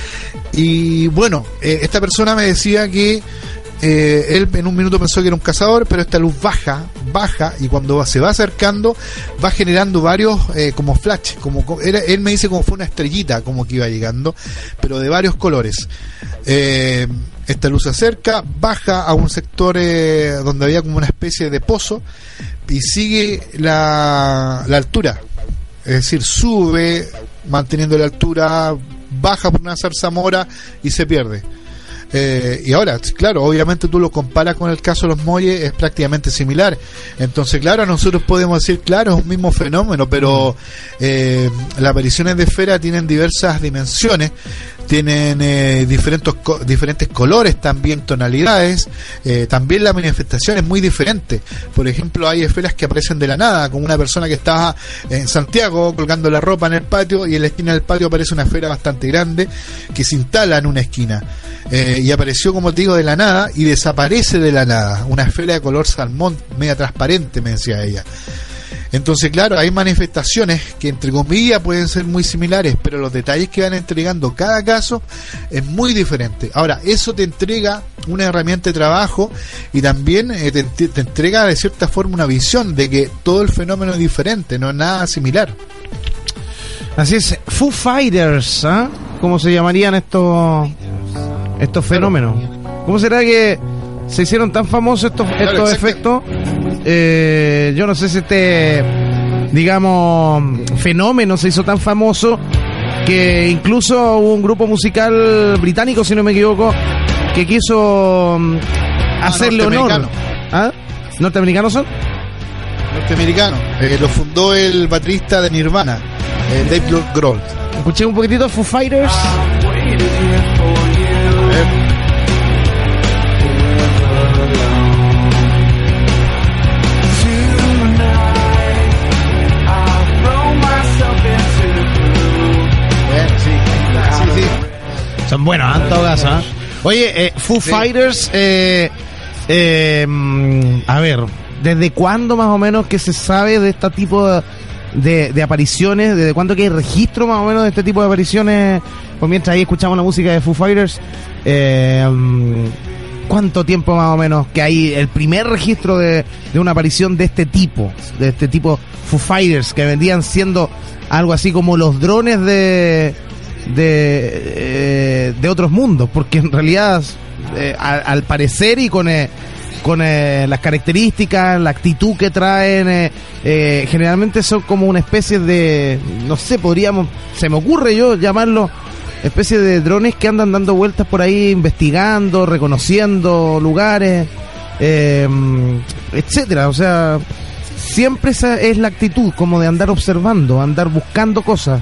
Y bueno, eh, esta persona me decía que eh, él en un minuto pensó que era un cazador, pero esta luz baja, baja, y cuando se va acercando va generando varios eh, como flash, como era, él me dice como fue una estrellita como que iba llegando, pero de varios colores. eh, esta luz se acerca, baja a un sector eh, donde había como una especie de pozo, y sigue la, la altura, es decir, sube manteniendo la altura, baja por una zarzamora y se pierde. Eh, y ahora, claro, obviamente tú lo comparas con el caso de los Molles, es prácticamente similar. Entonces, claro, nosotros podemos decir, claro, es un mismo fenómeno, pero eh, las apariciones de esfera tienen diversas dimensiones, tienen eh, diferentes, co- diferentes colores también, tonalidades, eh, también la manifestación es muy diferente. Por ejemplo, hay esferas que aparecen de la nada, como una persona que estaba en Santiago colgando la ropa en el patio, y en la esquina del patio aparece una esfera bastante grande que se instala en una esquina, eh, y apareció, como te digo, de la nada y desaparece de la nada, una esfera de color salmón, media transparente, me decía ella. Entonces, claro, hay manifestaciones que entre comillas pueden ser muy similares, pero los detalles que van entregando cada caso es muy diferente. Ahora, eso te entrega una herramienta de trabajo, y también eh, te, te entrega de cierta forma una visión de que todo el fenómeno es diferente, no es nada similar. Así es, Foo Fighters, ¿eh? ¿Cómo se llamarían estos estos fenómenos? ¿Cómo será que se hicieron tan famosos estos, claro, estos efectos? Eh, yo no sé si este digamos, fenómeno, se hizo tan famoso que incluso hubo un grupo musical británico, si no me equivoco, que quiso ah, hacerle honor. ¿Ah? ¿Norteamericanos son? Norteamericano. Eh, lo fundó el baterista de Nirvana, eh, Dave Grohl. Escuché un poquitito Foo Fighters. Son buenos, en todo caso, ¿eh? Oye, eh, Foo sí. Fighters, eh, eh, a ver, ¿desde cuándo más o menos que se sabe de este tipo de, de, de apariciones? ¿Desde cuándo que hay registro más o menos de este tipo de apariciones? Pues mientras ahí escuchamos la música de Foo Fighters, eh, ¿cuánto tiempo más o menos que hay el primer registro de, de una aparición de este tipo? De este tipo Foo Fighters, que vendían siendo algo así como los drones de... de eh, de otros mundos, porque en realidad eh, al, al parecer y con eh, con eh, las características, la actitud que traen, eh, eh, generalmente son como una especie de, no sé, podríamos, se me ocurre yo llamarlo especie de drones que andan dando vueltas por ahí investigando, reconociendo lugares, eh, etcétera. O sea, siempre esa es la actitud, como de andar observando, andar buscando cosas,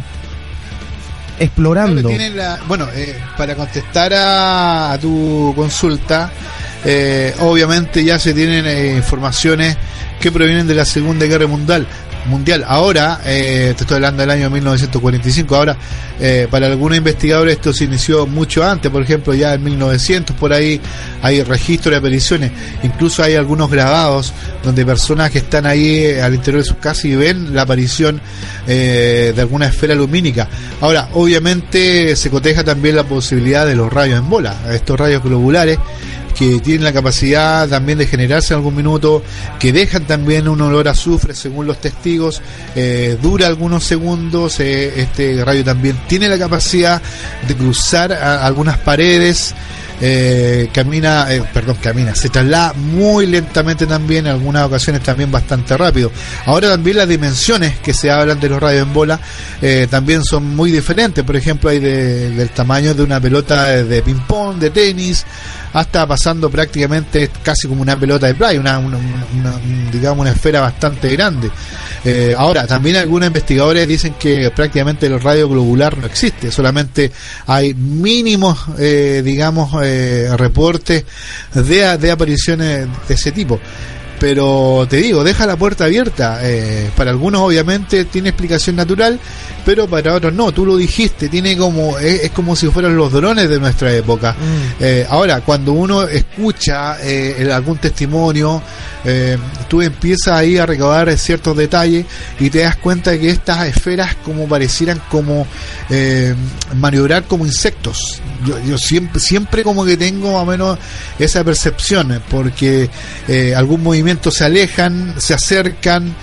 explorando. La, bueno, eh, para contestar a, a tu consulta, eh, obviamente ya se tienen eh, informaciones que provienen de la Segunda Guerra Mundial. Mundial. Ahora, eh, te estoy hablando del año mil novecientos cuarenta y cinco. Ahora, eh, para algunos investigadores esto se inició mucho antes. Por ejemplo, ya en mil novecientos por ahí hay registros de apariciones. Incluso hay algunos grabados donde personas que están ahí al interior de sus casas y ven la aparición eh, de alguna esfera lumínica. Ahora, obviamente se coteja también la posibilidad de los rayos en bola, estos rayos globulares que tienen la capacidad también de generarse en algún minuto, que dejan también un olor a azufre según los testigos, eh, dura algunos segundos, eh, este rayo también tiene la capacidad de cruzar a, algunas paredes, eh, camina, eh, perdón, camina, se traslada muy lentamente también, en algunas ocasiones también bastante rápido. Ahora también las dimensiones que se hablan de los rayos en bola eh, también son muy diferentes. Por ejemplo, hay de, del tamaño de una pelota de, de ping pong, de tenis, hasta pasando prácticamente casi como una pelota de playa, una, una, una, una digamos una esfera bastante grande. Eh, ahora, también algunos investigadores dicen que prácticamente el rayo globular no existe, solamente hay mínimos, eh, digamos, eh, reportes de, de apariciones de ese tipo. Pero te digo, deja la puerta abierta. Eh, para algunos obviamente tiene explicación natural, pero para otros no. Tú lo dijiste, tiene como es, es como si fueran los drones de nuestra época. Mm. Eh, ahora, cuando uno escucha eh, algún testimonio, eh, tú empiezas ahí a recabar ciertos detalles y te das cuenta de que estas esferas como parecieran como eh, maniobrar como insectos. Yo, yo siempre, siempre como que tengo más o menos esa percepción, porque eh, algún movimiento se alejan, se acercan,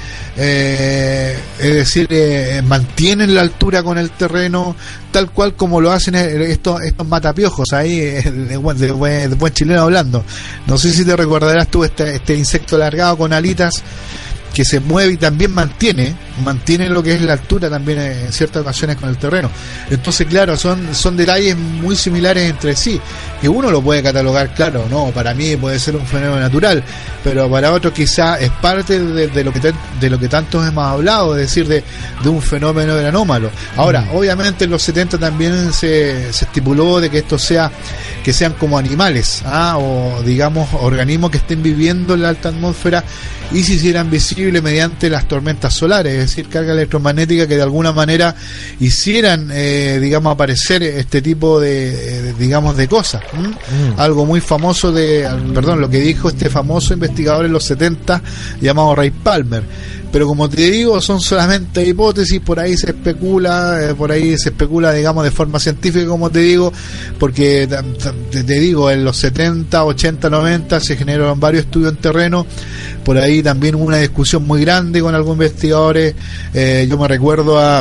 eh, es decir, eh, mantienen la altura con el terreno, tal cual como lo hacen estos, estos matapiojos ahí, de buen, de, buen, de buen chileno hablando. No sé si te recordarás tú este, este insecto alargado con alitas que se mueve y también mantiene mantiene lo que es la altura también en ciertas ocasiones con el terreno. Entonces, claro, son son detalles muy similares entre sí, que uno lo puede catalogar, claro, no, para mí puede ser un fenómeno natural, pero para otros quizá es parte de, de lo que te, de lo que tantos hemos hablado, es decir, de, de un fenómeno del anómalo. Ahora, mm. obviamente en los setenta también se, se estipuló de que esto sea, que sean como animales, ¿ah? o digamos organismos que estén viviendo en la alta atmósfera y se hicieran visibles mediante las tormentas solares, es decir, carga electromagnética que de alguna manera hicieran, eh, digamos, aparecer este tipo de, de digamos, de cosas. ¿Mm? Mm. Algo muy famoso de, perdón, lo que dijo este famoso investigador en los setenta llamado Ray Palmer. Pero como te digo, son solamente hipótesis, por ahí se especula, eh, por ahí se especula, digamos, de forma científica, como te digo, porque te, te digo, en los setenta, ochenta, noventa se generaron varios estudios en terreno, por ahí también hubo una discusión muy grande con algunos investigadores, eh, yo me recuerdo a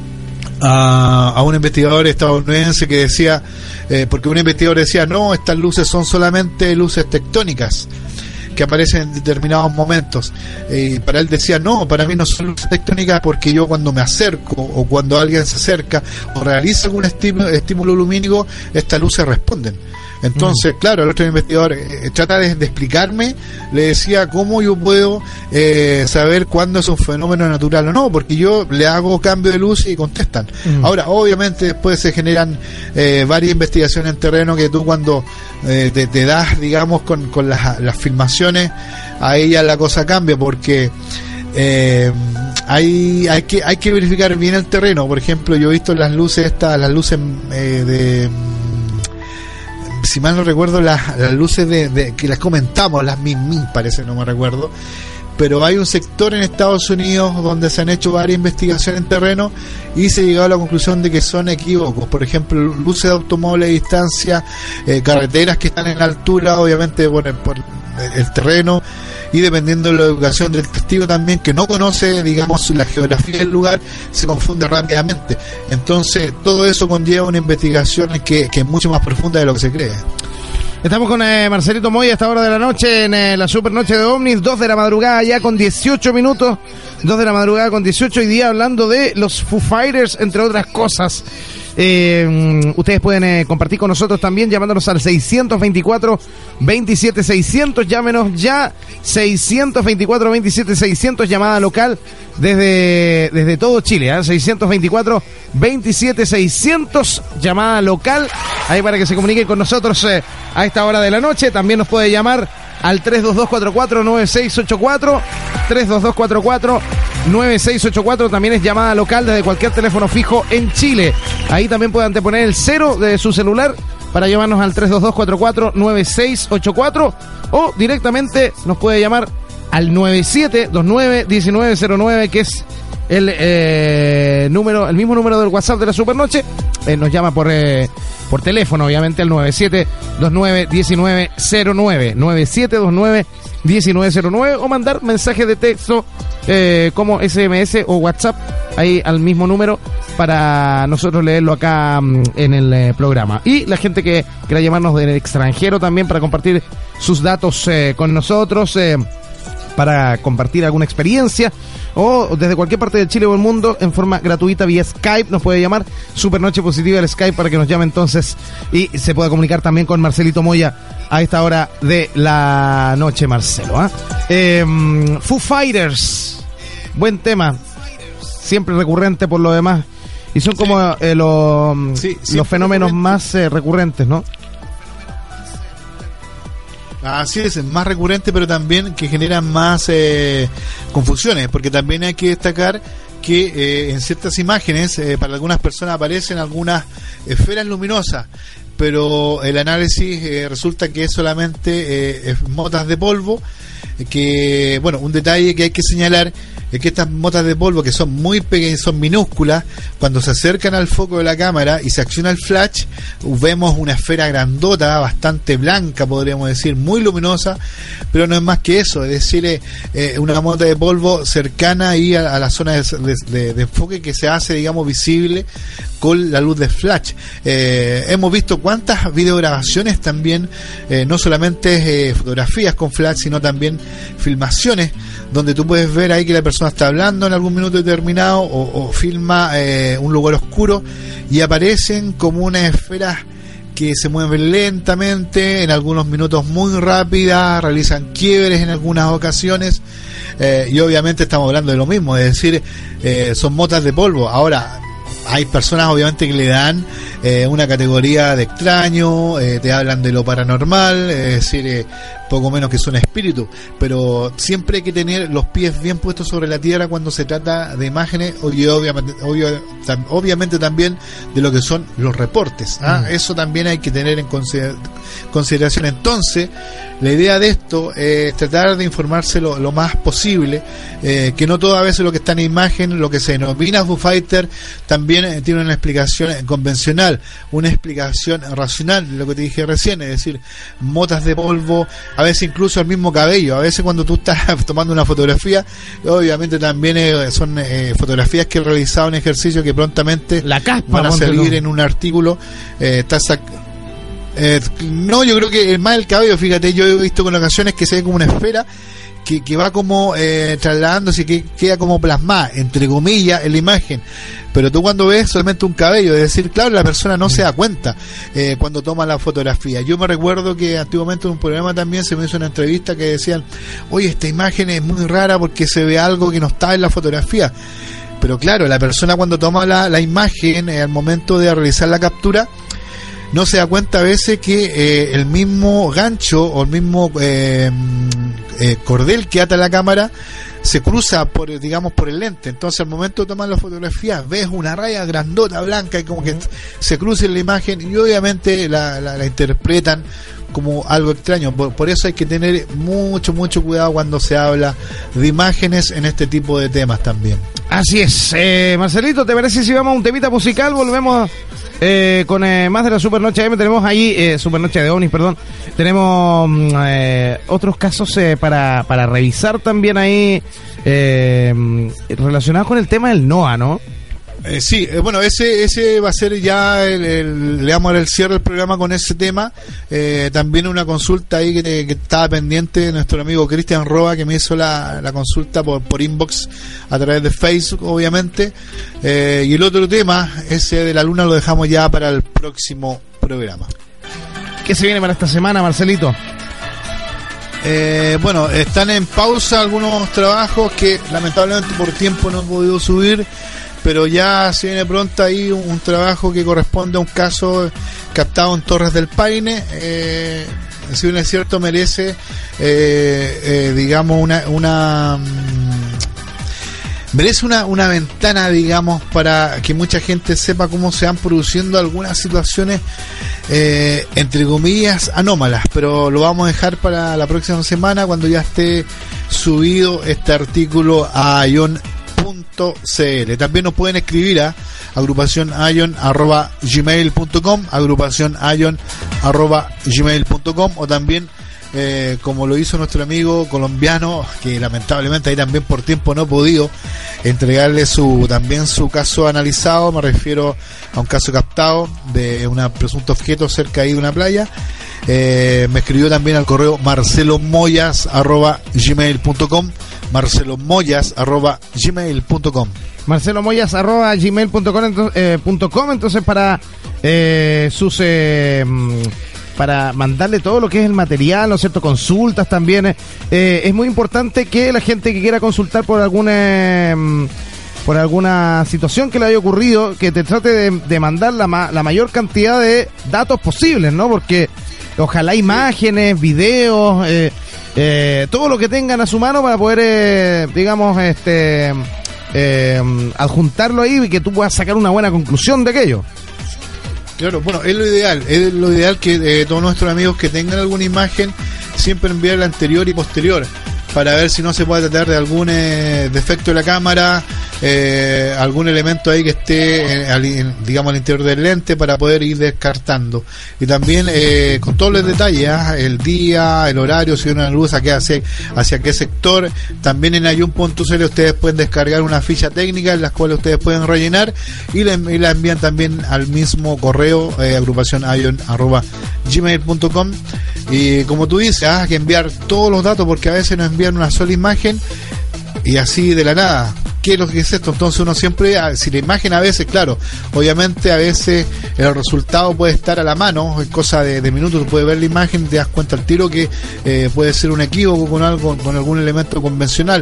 A, a un investigador estadounidense que decía, eh, porque un investigador decía, no, estas luces son solamente luces tectónicas, que aparecen en determinados momentos. Eh, para él decía, no, para mí no son luces tectónicas porque yo cuando me acerco o cuando alguien se acerca o realiza algún estímulo, estímulo lumínico, estas luces responden. Entonces, mm. claro, el otro investigador eh, trata de, de explicarme, le decía cómo yo puedo eh, saber cuándo es un fenómeno natural o no, porque yo le hago cambio de luz y contestan. Mm. Ahora, obviamente, después se generan eh, varias investigaciones en terreno que tú cuando eh, te, te das, digamos, con, con las, las filmaciones, ahí ya la cosa cambia, porque eh, hay, hay, que, hay que verificar bien el terreno. Por ejemplo, yo he visto las luces estas, las luces eh, de... si mal no recuerdo, las, las luces de, de que las comentamos, las Min parece, no me recuerdo, pero hay un sector en Estados Unidos donde se han hecho varias investigaciones en terreno y se ha llegado a la conclusión de que son equívocos. Por ejemplo, luces de automóviles a distancia, eh, carreteras que están en altura, obviamente por, por el terreno, y dependiendo de la educación del testigo también, que no conoce, digamos, la geografía del lugar, se confunde rápidamente. Entonces, todo eso conlleva una investigación que, que es mucho más profunda de lo que se cree. Estamos con eh, Marcelito Moya a esta hora de la noche en eh, la super noche de Omnis, dos de la madrugada ya con dieciocho minutos, dos de la madrugada con dieciocho, hoy día hablando de los Foo Fighters, entre otras cosas. Eh, ustedes pueden eh, compartir con nosotros también llamándonos al seiscientos veinticuatro veintisiete seiscientos, llámenos ya, seiscientos veinticuatro veintisiete seiscientos, llamada local desde desde todo Chile, ¿eh? seiscientos veinticuatro veintisiete seiscientos, llamada local, ahí para que se comuniquen con nosotros eh, a esta hora de la noche. También nos puede llamar al tres dos dos cuatro cuatro nueve seis ocho cuatro, tres dos dos cuatro cuatro nueve seis ocho cuatro, también es llamada local desde cualquier teléfono fijo en Chile. Ahí también puede anteponer el cero de su celular para llamarnos al tres dos dos cuatro cuatro nueve seis ocho cuatro, o directamente nos puede llamar al nueve siete dos nueve uno nueve cero nueve, que es el eh, número, el mismo número del WhatsApp de la Supernoche. Eh, nos llama por eh, por teléfono, obviamente, al nueve siete dos nueve uno nueve cero nueve, nueve siete dos nueve uno nueve cero nueve, o mandar mensaje de texto eh, como ese eme ese o WhatsApp ahí al mismo número para nosotros leerlo acá um, en el eh, programa. Y la gente que quiera llamarnos del extranjero también para compartir sus datos eh, con nosotros, eh, para compartir alguna experiencia, o desde cualquier parte de Chile o el mundo en forma gratuita vía Skype, nos puede llamar Supernoche Positiva el Skype para que nos llame entonces y se pueda comunicar también con Marcelito Moya a esta hora de la noche, Marcelo. ¿eh? Eh, Foo Fighters, buen tema, siempre recurrente por lo demás, y son como sí. eh, lo, sí, los fenómenos recurrente. más eh, recurrentes, ¿no? Así es, más recurrente, pero también que generan más eh, confusiones, porque también hay que destacar que eh, en ciertas imágenes eh, para algunas personas aparecen algunas esferas luminosas, pero el análisis eh, resulta que es solamente eh, motas de polvo, que, bueno, un detalle que hay que señalar es que estas motas de polvo, que son muy pequeñas, son minúsculas, cuando se acercan al foco de la cámara y se acciona el flash, vemos una esfera grandota, bastante blanca, podríamos decir, muy luminosa, pero no es más que eso, es decir, eh, una mota de polvo cercana ahí a, a la zona de, de, de enfoque, que se hace, digamos, visible con la luz de flash. Eh, hemos visto cuántas videograbaciones también, eh, no solamente eh, fotografías con flash, sino también filmaciones, donde tú puedes ver ahí que la persona está hablando en algún minuto determinado, o, o filma eh, un lugar oscuro, y aparecen como unas esferas que se mueven lentamente, en algunos minutos muy rápidas, realizan quiebres en algunas ocasiones, eh, y obviamente estamos hablando de lo mismo, es decir, eh, son motas de polvo. Ahora, hay personas obviamente que le dan eh, una categoría de extraño, eh, te hablan de lo paranormal, es decir, eh, poco menos que son espíritus, pero siempre hay que tener los pies bien puestos sobre la tierra cuando se trata de imágenes, y obviamente, obvio, tam, obviamente también de lo que son los reportes, ¿ah? Mm. Eso también hay que tener en consider- consideración. Entonces, la idea de esto es tratar de informarse lo, lo más posible, eh, que no todas veces lo que está en imagen, lo que se denomina Foo Fighter, también eh, tiene una explicación convencional, una explicación racional, lo que te dije recién, es decir, motas de polvo, a veces incluso el mismo cabello, a veces cuando tú estás tomando una fotografía, obviamente también eh, son eh, fotografías que he realizado un ejercicio que prontamente la caspa, van a salir en un artículo, eh, está sac- Eh, no, yo creo que es más el cabello, fíjate, yo he visto con ocasiones que se ve como una esfera que, que va como eh, trasladándose, que queda como plasmada, entre comillas, en la imagen. Pero tú cuando ves solamente un cabello, es decir, claro, la persona no se da cuenta eh, cuando toma la fotografía. Yo me recuerdo que antiguamente en un programa también se me hizo una entrevista que decían, oye, esta imagen es muy rara porque se ve algo que no está en la fotografía. Pero claro, la persona cuando toma la, la imagen, eh, al momento de realizar la captura, no se da cuenta a veces que eh, el mismo gancho o el mismo eh, eh, cordel que ata la cámara se cruza por, digamos, por el lente. Entonces al momento de tomar la fotografía ves una raya grandota blanca y como que se cruza en la imagen y obviamente la, la, la interpretan como algo extraño. Por, por eso hay que tener mucho mucho cuidado cuando se habla de imágenes en este tipo de temas también. Así es. eh, Marcelito, ¿te parece si vamos a un temita musical? Volvemos eh, con eh, más de la Supernoche A M. Tenemos ahí, eh, Supernoche de OVNIs, perdón. Tenemos eh, otros casos eh, para, para revisar también ahí, eh, relacionados con el tema del NOA, ¿no? Eh, sí, eh, bueno, ese ese va a ser ya el, el, le vamos a dar el cierre del programa con ese tema. Eh, también una consulta ahí que, que estaba pendiente de nuestro amigo Cristian Roa, que me hizo la, la consulta por, por inbox a través de Facebook, obviamente. Eh, y el otro tema, ese de la luna, lo dejamos ya para el próximo programa. ¿Qué se viene para esta semana, Marcelito? Eh, bueno, están en pausa algunos trabajos que lamentablemente por tiempo no he podido subir, pero ya se viene pronto ahí un, un trabajo que corresponde a un caso captado en Torres del Paine. Eh, si bien es cierto, merece, eh, eh, digamos, una, una merece una, una ventana, digamos, para que mucha gente sepa cómo se van produciendo algunas situaciones, eh, entre comillas, anómalas, pero lo vamos a dejar para la próxima semana cuando ya esté subido este artículo a ion punto c l. También nos pueden escribir a agrupación ion arroba gmail punto com, agrupación ion arroba gmail punto com, o también eh, como lo hizo nuestro amigo colombiano, que lamentablemente ahí también por tiempo no he podido entregarle su también su caso analizado. Me refiero a un caso captado de un presunto objeto cerca ahí de una playa. Eh, me escribió también al correo marcelomoyas arroba gmail punto com, marcelomoyas arroba gmail punto com, marcelomoyas arroba gmail punto com. Eh, entonces para eh, sus eh, para mandarle todo lo que es el material, ¿no es cierto? Consultas también. Eh, es muy importante que la gente que quiera consultar por alguna eh, por alguna situación que le haya ocurrido, que te trate de, de mandar la, ma- la mayor cantidad de datos posibles, ¿no? Porque ojalá imágenes, videos, eh, eh, todo lo que tengan a su mano para poder, eh, digamos, este eh, adjuntarlo ahí y que tú puedas sacar una buena conclusión de aquello. Claro, bueno, es lo ideal, es lo ideal que eh, todos nuestros amigos que tengan alguna imagen siempre enviar la anterior y posterior, para ver si no se puede tratar de algún eh, defecto de la cámara, eh, algún elemento ahí que esté en, al, en, digamos al interior del lente, para poder ir descartando. Y también eh, con todos los detalles, ¿eh? El día, el horario, si hay una luz hacia, hacia qué sector. También en ion punto c l ustedes pueden descargar una ficha técnica en las cuales ustedes pueden rellenar y la, y la envían también al mismo correo, eh, agrupación ion arroba gmail punto com. Y como tú dices, hay que enviar todos los datos, porque a veces nos envían una sola imagen y así de la nada. ¿Qué es lo que es esto? Entonces uno siempre, si la imagen a veces, claro, obviamente a veces el resultado puede estar a la mano, en cosa de, de minutos, tú puedes ver la imagen y te das cuenta al tiro que eh, puede ser un equívoco con algo, con algún elemento convencional.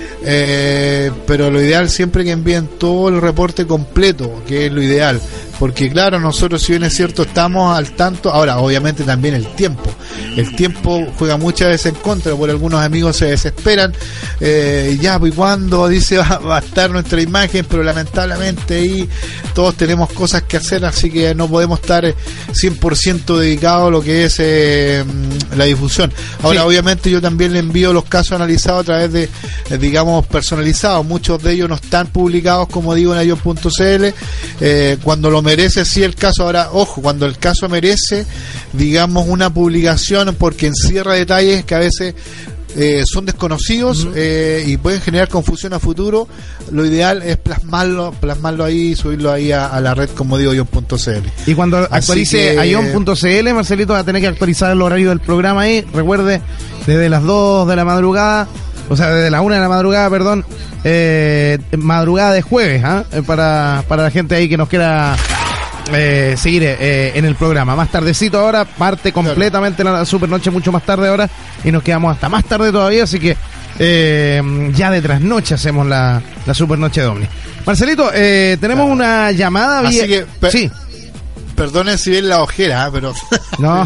Eh, pero lo ideal siempre que envíen todo el reporte completo, que es lo ideal, porque claro, nosotros, si bien es cierto, estamos al tanto. Ahora, obviamente también el tiempo el tiempo juega muchas veces en contra, por algunos amigos se desesperan, eh, ya, pues cuando dice va, va a estar nuestra imagen, pero lamentablemente ahí todos tenemos cosas que hacer, así que no podemos estar cien por ciento dedicados a lo que es eh, la difusión. Ahora, sí, obviamente yo también le envío los casos analizados a través de, eh, digamos, personalizados. Muchos de ellos no están publicados, como digo, en ion punto c l. Eh, cuando lo merece, sí, el caso. Ahora, ojo, cuando el caso merece, digamos, una publicación, porque encierra detalles que a veces eh, son desconocidos uh-huh. eh, y pueden generar confusión a futuro. Lo ideal es plasmarlo plasmarlo ahí, subirlo ahí a, a la red, como digo, ion punto c l. Y cuando actualice que, a ion punto c l, Marcelito va a tener que actualizar el horario del programa ahí. Recuerde, desde las dos de la madrugada, o sea, desde la una de la madrugada, perdón, eh, madrugada de jueves, ¿eh? para, para la gente ahí que nos quiera eh, seguir eh, en el programa. Más tardecito ahora, parte completamente claro. La supernoche, mucho más tarde ahora, y nos quedamos hasta más tarde todavía, así que eh, ya de trasnoche hacemos la, la supernoche de Omni. Marcelito, eh, tenemos claro. una llamada. Así vía... que, per- sí. Perdonen si ven la ojera, pero... No.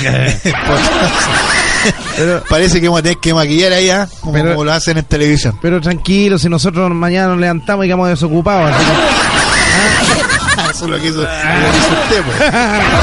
Pero, parece que vamos a tener que maquillar ahí, ¿eh? como, pero, como lo hacen en televisión. Pero tranquilo, si nosotros mañana nos levantamos y quedamos desocupados. Así que, ¿ah? Eso es lo que hizo, lo que hizo usted, pues.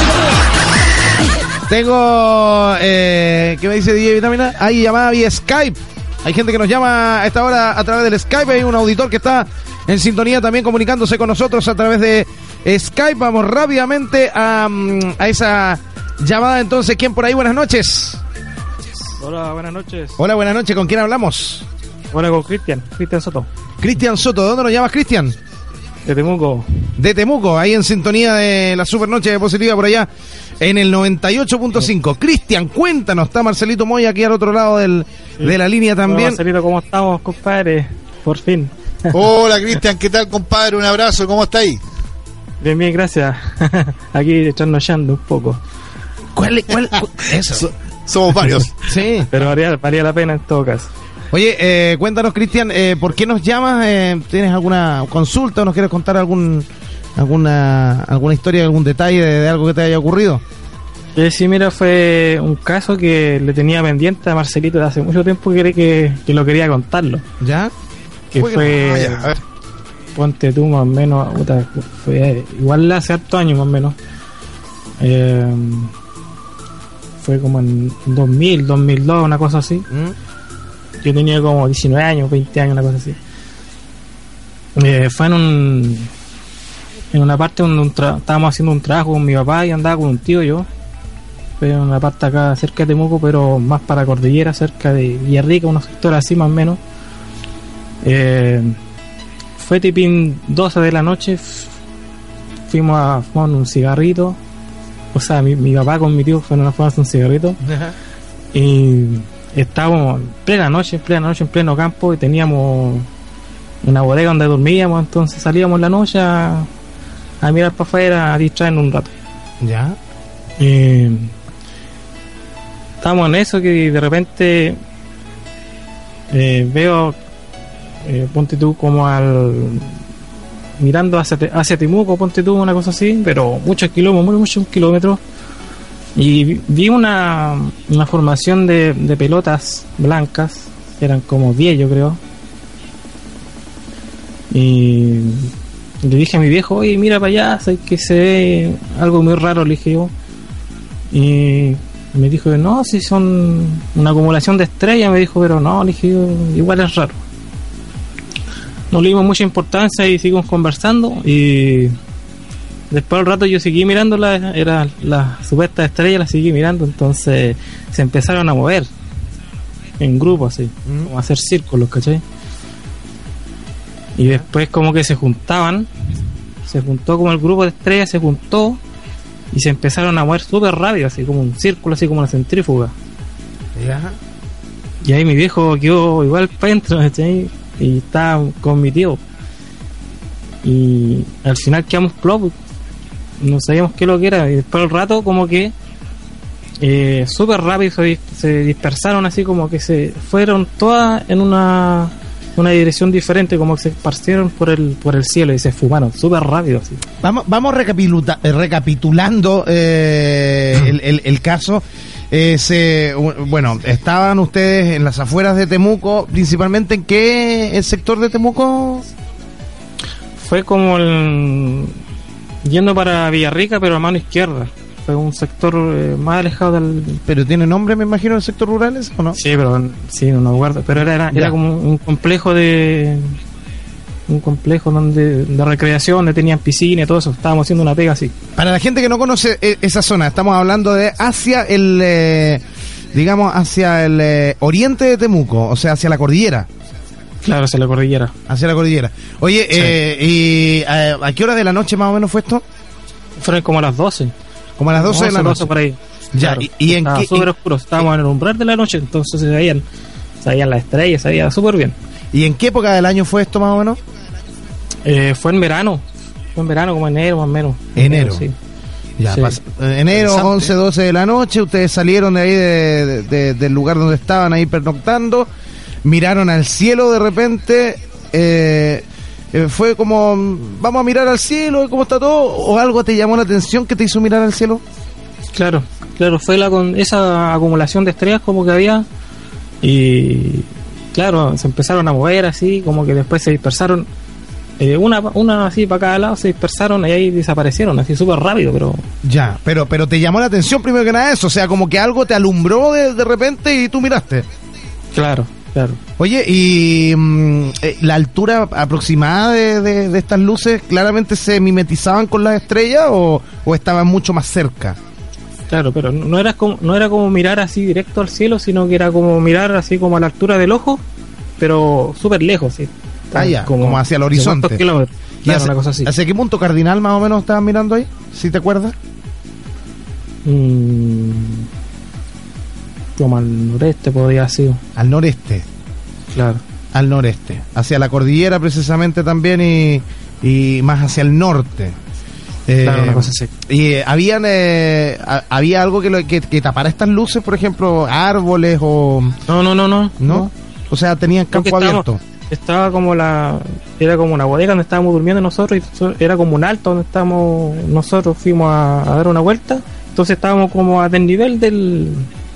Tengo... Eh, ¿qué me dice D J Vitamina? Hay llamada vía Skype. Hay gente que nos llama a esta hora a través del Skype. Hay un auditor que está en sintonía también comunicándose con nosotros a través de Skype. Vamos rápidamente a, a esa llamada entonces. ¿Quién por ahí? Buenas noches. Hola, buenas noches. Hola, buenas noches. ¿Con quién hablamos? Hola, con Cristian, Cristian Soto. Cristian Soto, ¿de dónde nos llamas, Cristian? De Temuco. De Temuco, ahí en sintonía de la Supernoche de Positiva por allá en el noventa y ocho punto cinco. Cristian, cuéntanos, está Marcelito Moya aquí al otro lado del, sí. de la línea también. Hola, Marcelito, ¿cómo estamos, compadre? Por fin. Hola, Cristian, ¿qué tal, compadre? Un abrazo, ¿cómo está ahí? Bien, bien, gracias. Aquí trasnochando un poco. ¿Cuál? cuál, cuál eso? So, somos varios. Sí. Pero valía, valía la pena en todo caso. Oye, eh, cuéntanos, Cristian, eh, ¿por qué nos llamas? Eh, ¿Tienes alguna consulta o nos quieres contar algún alguna alguna historia, algún detalle de, de algo que te haya ocurrido? Eh, sí, mira, fue un caso que le tenía pendiente a Marcelito de hace mucho tiempo que, que, que lo quería contarlo. ¿Ya? Que fue, fue ah, ya, a ver. Ponte tú más o menos, puta, fue igual hace hartos años más o menos. Eh, fue como en dos mil, dos mil dos, una cosa así. ¿Mm? Yo tenía como diecinueve años, veinte años, una cosa así. Eh, fue en un en una parte donde un tra- estábamos haciendo un trabajo con mi papá y andaba con un tío yo. Fue en una parte acá cerca de Temuco, pero más para Cordillera, cerca de Villarrica, unos sectores así más o menos. Eh, fue tipín doce de la noche, f- fuimos a fumar un cigarrito. O sea, mi, mi papá con mi tío fueron a fumar un cigarrito. Uh-huh. Y estábamos en plena noche, en plena noche, en pleno campo, y teníamos una bodega donde dormíamos, entonces salíamos en la noche a, a mirar para afuera, a distraernos un rato. Ya. Eh, estábamos en eso que de repente eh, veo, eh, ponte tú como al mirando hacia, hacia Temuco, ponte tú una cosa así, pero muchos kilómetros, muy muchos kilómetros. Y vi una, una formación de, de pelotas blancas, eran como diez yo creo. Y le dije a mi viejo, oye, mira para allá, sé que se ve algo muy raro, le dije yo. Y me dijo, no, si son una acumulación de estrellas, me dijo, pero no, le dije yo, igual es raro. No le dimos mucha importancia y seguimos conversando. Y después al rato yo seguí mirando la, era la supuesta estrella, la seguí mirando, entonces se empezaron a mover en grupos así, mm. como a hacer círculos, ¿cachai? Y después como que se juntaban, se juntó como el grupo de estrellas, se juntó y se empezaron a mover súper rápido, así como un círculo, así como una centrífuga. ¿Ya? Y ahí mi viejo quedó igual para adentro, ¿cachai? Y estaba con mi tío. Y al final quedamos plop, no sabíamos qué lo que era, y después al rato como que eh, súper rápido se, se dispersaron, así como que se fueron todas en una una dirección diferente, como que se esparcieron por el por el cielo y se fumaron súper rápido así. Vamos vamos recapitula, eh, recapitulando eh, el, el, el caso. Eh, se, bueno, estaban ustedes en las afueras de Temuco, principalmente ¿en qué el sector de Temuco? Fue como el yendo para Villarrica, pero a mano izquierda. Fue un sector eh, más alejado del... ¿Pero tiene nombre, me imagino, el sector rural ese, o no? Sí, pero sí, no me acuerdo. Pero era, era, era como un complejo de... Un complejo donde de recreación, donde tenían piscina y todo eso. Estábamos haciendo una pega así. Para la gente que no conoce esa zona, estamos hablando de hacia el... Eh, digamos, hacia el eh, oriente de Temuco, o sea, hacia la cordillera. Claro, hacia la cordillera. Hacia la cordillera. Oye, sí. eh, ¿y eh, a qué hora de la noche más o menos fue esto? Fueron como a las doce. Como a las doce de la noche. Por ahí. Ya, claro. ¿y, y en Estaba qué? súper oscuro, estábamos en el umbral de la noche, entonces se veían, se veían las estrellas, se veía súper bien. ¿Y en qué época del año fue esto más o menos? Eh, fue en verano, fue en verano, como enero más o menos. Enero. Sí. Ya, sí. Pas- enero, once, doce de la noche, ustedes salieron de ahí de, de, de, del lugar donde estaban ahí pernoctando, miraron al cielo de repente, eh, eh, fue como, vamos a mirar al cielo, ¿cómo está todo? ¿O algo te llamó la atención que te hizo mirar al cielo? Claro, claro, fue la con esa acumulación de estrellas como que había y claro, se empezaron a mover así, como que después se dispersaron, eh, una una así para cada lado, se dispersaron y ahí desaparecieron, así súper rápido, pero... Ya, pero pero te llamó la atención primero que nada eso, o sea, como que algo te alumbró de, de repente y tú miraste. Claro, claro. Oye, y mm, eh, la altura aproximada de, de, de estas luces, ¿claramente se mimetizaban con las estrellas o, o estaban mucho más cerca? Claro, pero no era como no era como mirar así directo al cielo, sino que era como mirar así como a la altura del ojo, pero súper lejos, sí. Ah, ya, como, como hacia el horizonte. Claro, hacia, una cosa así. ¿Hacia qué punto cardinal más o menos estaban mirando ahí? ¿Sí te acuerdas? Mm, como al noreste podría haber sido. Al noreste. Claro. Al noreste. Hacia la cordillera precisamente también y, y más hacia el norte. Eh, Claro, una cosa así. Y eh, habían eh, a- había algo que, lo, que que tapara estas luces, por ejemplo, árboles o No, no, no, no. no, no. o sea, tenían Porque campo estábamos- abierto. Estaba como la... Era como una bodega donde estábamos durmiendo nosotros y so- era como un alto donde estábamos... Nosotros fuimos a, a dar una vuelta. Entonces estábamos como a desnivel del...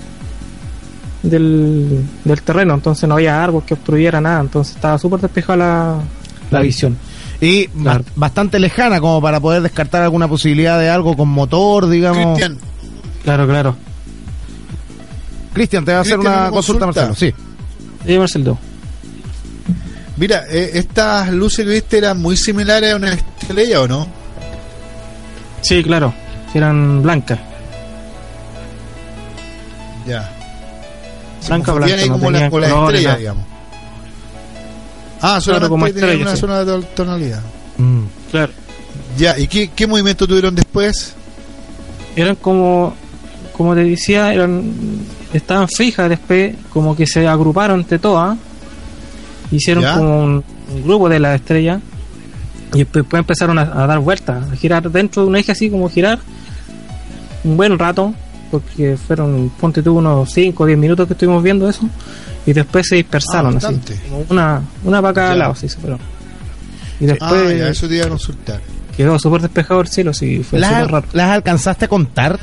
Del, del terreno. Entonces no había árbol que obstruyera nada. Entonces estaba súper despejada la, la visión. Y Claro. ba- bastante lejana como para poder descartar alguna posibilidad de algo con motor, digamos. Cristian, Claro, claro. Cristian, te va a hacer Cristian, una una consulta, consulta. Marcelo. Sí. Y Marcelo. mira, eh, estas luces que viste eran muy similares a una estrella, ¿o no? Sí, claro. Eran blancas. Ya. Se Blanca, confundían blanca, ahí no como la, tenían con la colores, estrella, nada. digamos. Ah, solamente como tenían estrella, una sí. sola to- tonalidad. Mm. Claro. Ya, ¿y qué, qué movimiento tuvieron después? Eran como, como te decía, eran estaban fijas después, como que se agruparon entre todas, hicieron ¿Ya? como un, un grupo de las estrellas y después empezaron a, a dar vueltas, a girar dentro de un eje así como girar un buen rato, porque fueron, ponte tú, unos cinco o diez minutos que estuvimos viendo eso y después se dispersaron Ah, así, bastante. como una, una para cada Ya. lado, sí, se fueron. Y Ah, después ya, eso te iba a consultar. quedó súper despejado el cielo, sí, fue ¿Las, súper raro. ¿Las alcanzaste a contar?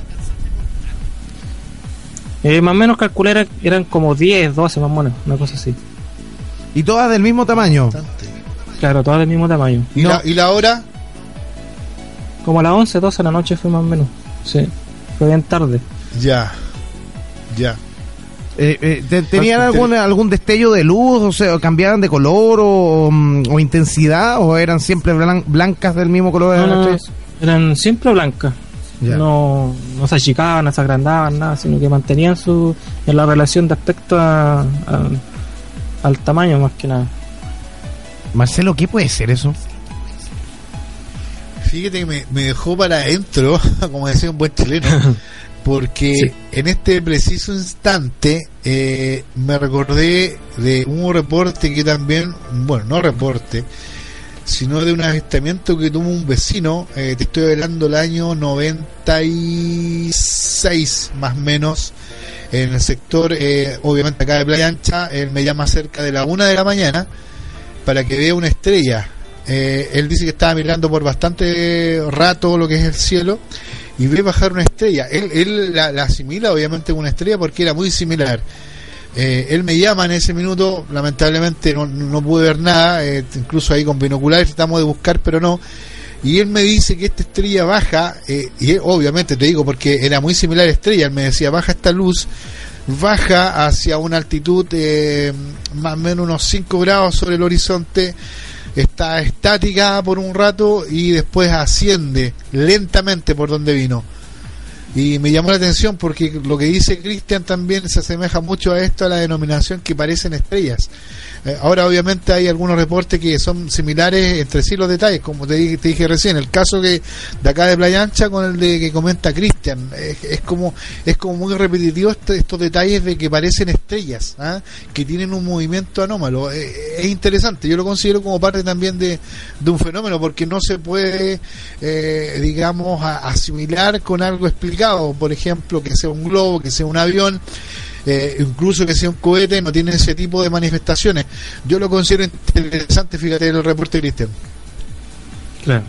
Eh, más o menos calculé eran, eran como diez, doce más o menos, una cosa así. ¿Y todas del mismo tamaño? Bastante. Claro, todas del mismo tamaño. ¿Y, No. la, ¿Y la hora? Como a las once, doce de la noche fue más o menos. Sí, fue bien tarde. Ya. Ya. Eh, eh, te- ¿Tenían Ah, algún, algún destello de luz? O sea, ¿cambiaban de color o, mm, o intensidad? ¿O eran siempre blan- blancas del mismo color de No, la no, estrella? eran siempre blancas. Ya. No, no se achicaban, no se agrandaban, nada, sino que mantenían su en la relación de aspecto a, a- al tamaño más que nada. Marcelo, ¿qué puede ser eso? Fíjate que me, me dejó para adentro, como decía un buen chileno, porque Sí. en este preciso instante eh, me recordé de un reporte que también, bueno, no reporte, sino de un avistamiento que tuvo un vecino, eh, te estoy hablando del año noventa y seis más o menos, en el sector, eh, obviamente acá de Playa Ancha, él me llama cerca de la una de la mañana para que vea una estrella. Eh, él dice que estaba mirando por bastante rato lo que es el cielo y ve bajar una estrella. Él, él la, la asimila obviamente con una estrella porque era muy similar. Eh, él me llama en ese minuto, lamentablemente no, no pude ver nada, eh, incluso ahí con binoculares tratamos de buscar, pero no. Y él me dice que esta estrella baja, eh, y él, obviamente te digo porque era muy similar a la estrella, él me decía, baja esta luz, baja hacia una altitud eh, más o menos unos cinco grados sobre el horizonte, está estática por un rato y después asciende lentamente por donde vino. Y me llamó la atención porque lo que dice Cristian también se asemeja mucho a esto, a la denominación que parecen estrellas. Eh, ahora obviamente hay algunos reportes que son similares entre sí los detalles, como te dije, te dije recién, el caso que de acá de Playa Ancha con el de que comenta Cristian, es, es como es como muy repetitivo este, estos detalles de que parecen estrellas, ¿ah? Que tienen un movimiento anómalo. Eh, es interesante, yo lo considero como parte también de, de un fenómeno, porque no se puede eh, digamos a, asimilar con algo explicado, por ejemplo que sea un globo, que sea un avión, Eh, incluso que sea un cohete, no tiene ese tipo de manifestaciones. Yo lo considero interesante, fíjate el reporte de Cristian. Claro.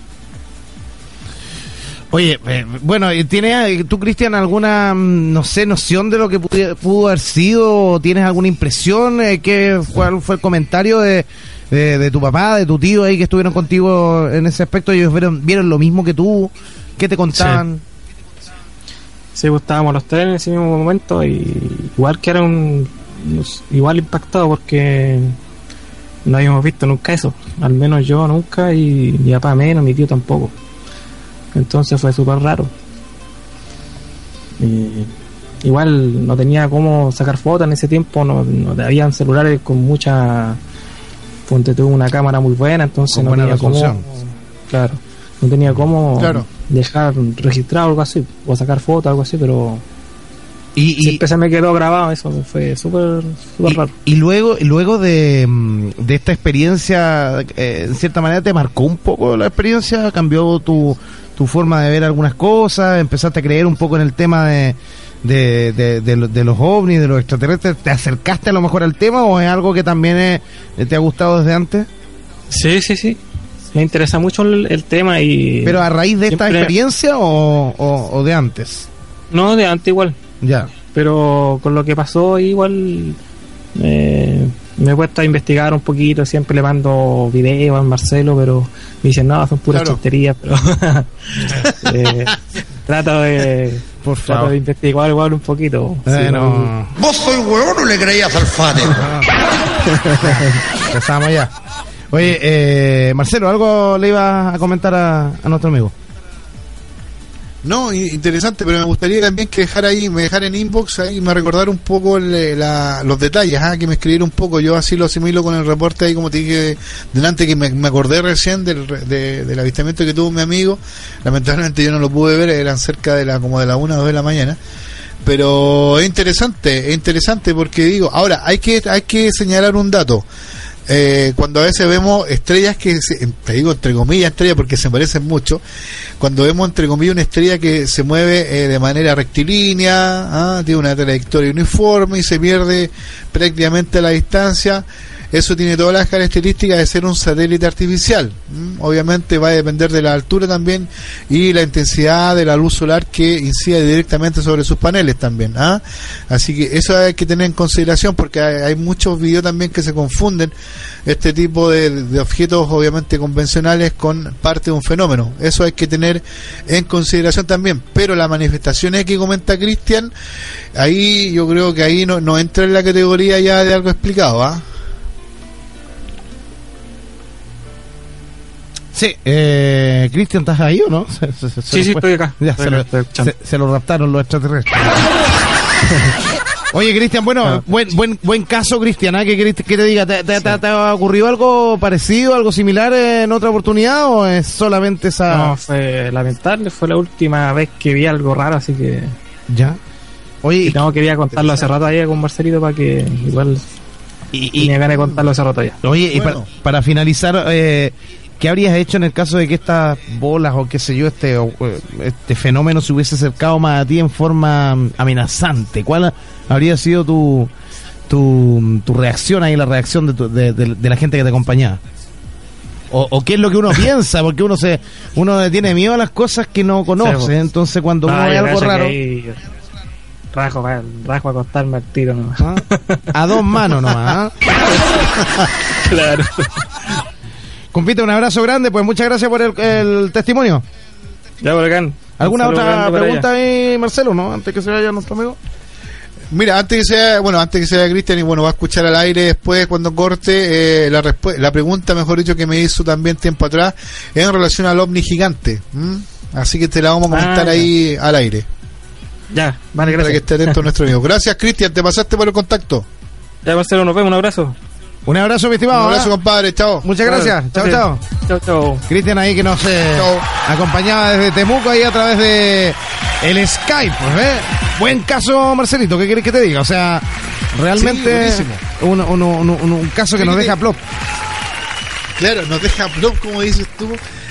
Oye, eh, bueno, ¿tienes tú, Cristian, alguna, no sé, noción de lo que pudo, pudo haber sido? ¿Tienes alguna impresión? Eh, ¿qué, ¿Cuál fue el comentario de, de, de tu papá, de tu tío ahí que estuvieron contigo en ese aspecto? ¿Ellos vieron, vieron lo mismo que tú? ¿Qué te contaban? Sí. Sí, pues estábamos los tres en ese mismo momento y igual que era un igual impactado porque no habíamos visto nunca eso, al menos yo nunca y mi papá menos, mi tío tampoco, entonces fue súper raro. Y igual no tenía cómo sacar fotos en ese tiempo, no, no habían celulares con mucha, ponte tuvo una cámara muy buena, entonces con no tenía cómo, claro, no tenía cómo claro. dejar registrado algo así o sacar fotos, algo así, pero y, y siempre se me quedó grabado, eso fue súper súper raro. Y luego y luego de, de esta experiencia, eh, en cierta manera te marcó un poco la experiencia, cambió tu, tu forma de ver algunas cosas, empezaste a creer un poco en el tema de de, de, de, de los ovnis, de los extraterrestres, ¿te acercaste a lo mejor al tema o es algo que también es, te ha gustado desde antes? Sí, sí, sí. Me interesa mucho el, el tema y... ¿Pero a raíz de esta experiencia o, o, o de antes? No, de antes igual. Ya. Pero con lo que pasó igual eh, me he puesto a investigar un poquito, siempre le mando videos a Marcelo, pero me dicen, no, son puras claro. tonterías, pero eh, trato de... Por favor. Trato de investigar igual un poquito. Eh, si no... no... ¿Vos soy huevón o le creías al Fate? Empezamos ya. Oye, eh, Marcelo, ¿algo le ibas a comentar a, a nuestro amigo? No, interesante, pero me gustaría también que dejara ahí, me dejara en inbox ahí y me recordara un poco el, la, los detalles, ¿ah? Que me escribiera un poco, yo así lo asimilo con el reporte ahí, como te dije delante, que me, me acordé recién del, de, del avistamiento que tuvo mi amigo. Lamentablemente yo no lo pude ver, eran cerca de la como de la una o dos de la mañana. Pero es interesante, es interesante porque digo, ahora hay que hay que señalar un dato. Eh, cuando a veces vemos estrellas que se, te digo entre comillas estrellas porque se parecen mucho, cuando vemos entre comillas una estrella que se mueve eh, de manera rectilínea, ¿ah? Tiene una trayectoria uniforme y se pierde prácticamente a la distancia, eso tiene todas las características de ser un satélite artificial. ¿Mm? Obviamente va a depender de la altura también y la intensidad de la luz solar que incide directamente sobre sus paneles también. ¿Ah? Así que eso hay que tener en consideración porque hay, hay muchos videos también que se confunden este tipo de, de objetos obviamente convencionales con parte de un fenómeno. Eso hay que tener en consideración también. Pero las manifestaciones que comenta Cristian, ahí yo creo que ahí no, no entra en la categoría ya de algo explicado. ¿Ah? Sí, eh, Cristian, ¿estás ahí o no? Se, se, se sí, sí, estoy acá. Ya, estoy se, acá, lo, se, se lo raptaron los extraterrestres. Oye, Cristian, bueno, ah. buen buen buen caso, Cristian, ¿eh? ¿Qué, qué te diga? ¿Te, te, sí. te, ¿Te ha ocurrido algo parecido, algo similar en otra oportunidad o es solamente esa...? No, fue lamentable, fue la última vez que vi algo raro, así que... Ya. Oye... Y tengo, quería contarlo hace rato allá con Marcelito para que igual... Y, y tenía ganas de contarlo hace rato allá. Oye, bueno. y para, para finalizar... Eh, ¿qué habrías hecho en el caso de que estas bolas o qué sé yo, este este fenómeno se hubiese acercado más a ti en forma amenazante? ¿Cuál habría sido tu tu, tu reacción ahí, la reacción de, tu, de, de, de la gente que te acompañaba? O, o qué es lo que uno piensa, porque uno se uno tiene miedo a las cosas que no conoce, sí, entonces cuando uno ve algo raro... Ahí... Rajo, rajo a acostarme al tiro nomás. ¿Ah? A dos manos nomás. ¿Ah? Claro. Compite, un abrazo grande, pues muchas gracias por el, el testimonio. Ya, por acá. ¿Alguna otra pregunta ahí, Marcelo, no? Antes que se vaya nuestro amigo. Mira, antes que sea, bueno, antes que sea Cristian, y bueno, va a escuchar al aire después cuando corte, eh, la respu- la pregunta, mejor dicho, que me hizo también tiempo atrás, es en relación al ovni gigante. ¿Mm? Así que te la vamos a comentar ah, ahí al aire. Ya, vale, gracias. Para que esté atento a nuestro amigo. Gracias, Cristian, te pasaste por el contacto. Ya, Marcelo, nos vemos, un abrazo. Un abrazo, mi estimado. Un abrazo, ¿eh? compadre, chao. Muchas gracias. Chao, chao. Chao, chao. Cristian ahí que nos eh, acompañaba desde Temuco ahí a través de el Skype. ¿eh? Buen caso, Marcelito, ¿qué querés que te diga? O sea, realmente sí, un, un, un, un, un caso que nos deja plop. Claro, nos deja plop, como dices tú,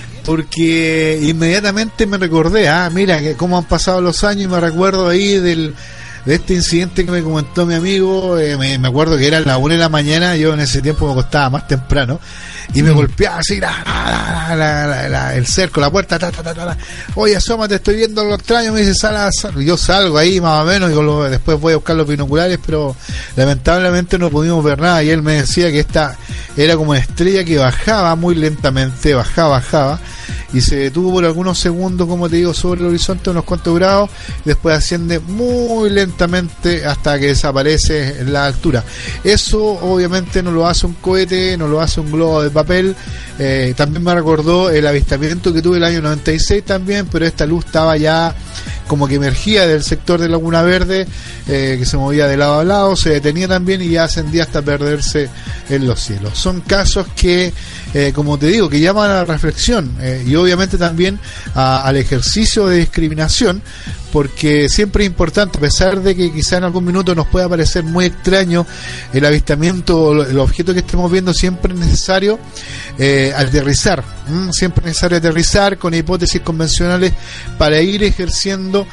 porque inmediatamente me recordé, ah, mira, que cómo han pasado los años y me recuerdo ahí del... de este incidente que me comentó mi amigo. eh, me, me acuerdo que era a las una de la mañana, yo en ese tiempo me acostaba más temprano y me mm. golpeaba así la, la, la, la, la, el cerco, la puerta, ta, ta, ta, ta, ta. Oye, asómate, estoy viendo lo extraño, me dice, sal, sal. Yo salgo ahí más o menos y con lo, después voy a buscar los binoculares, pero lamentablemente no pudimos ver nada y él me decía que esta era como una estrella que bajaba muy lentamente, bajaba, bajaba y se detuvo por algunos segundos, como te digo, sobre el horizonte, unos cuantos grados, y después asciende muy lentamente hasta que desaparece en la altura. Eso obviamente no lo hace un cohete, no lo hace un globo de papel. Eh, también me recordó el avistamiento que tuve el año noventa y seis también, pero esta luz estaba ya como que emergía del sector de Laguna Verde, eh, que se movía de lado a lado, se detenía también y ya ascendía hasta perderse en los cielos. Son casos que, eh, como te digo, que llaman a la reflexión, eh, y obviamente también a, al ejercicio de discriminación, porque siempre es importante, a pesar de que quizá en algún minuto nos pueda parecer muy extraño el avistamiento, el objeto que estemos viendo, siempre es necesario eh, aterrizar, ¿m? siempre es necesario aterrizar con hipótesis convencionales para ir ejerciendo,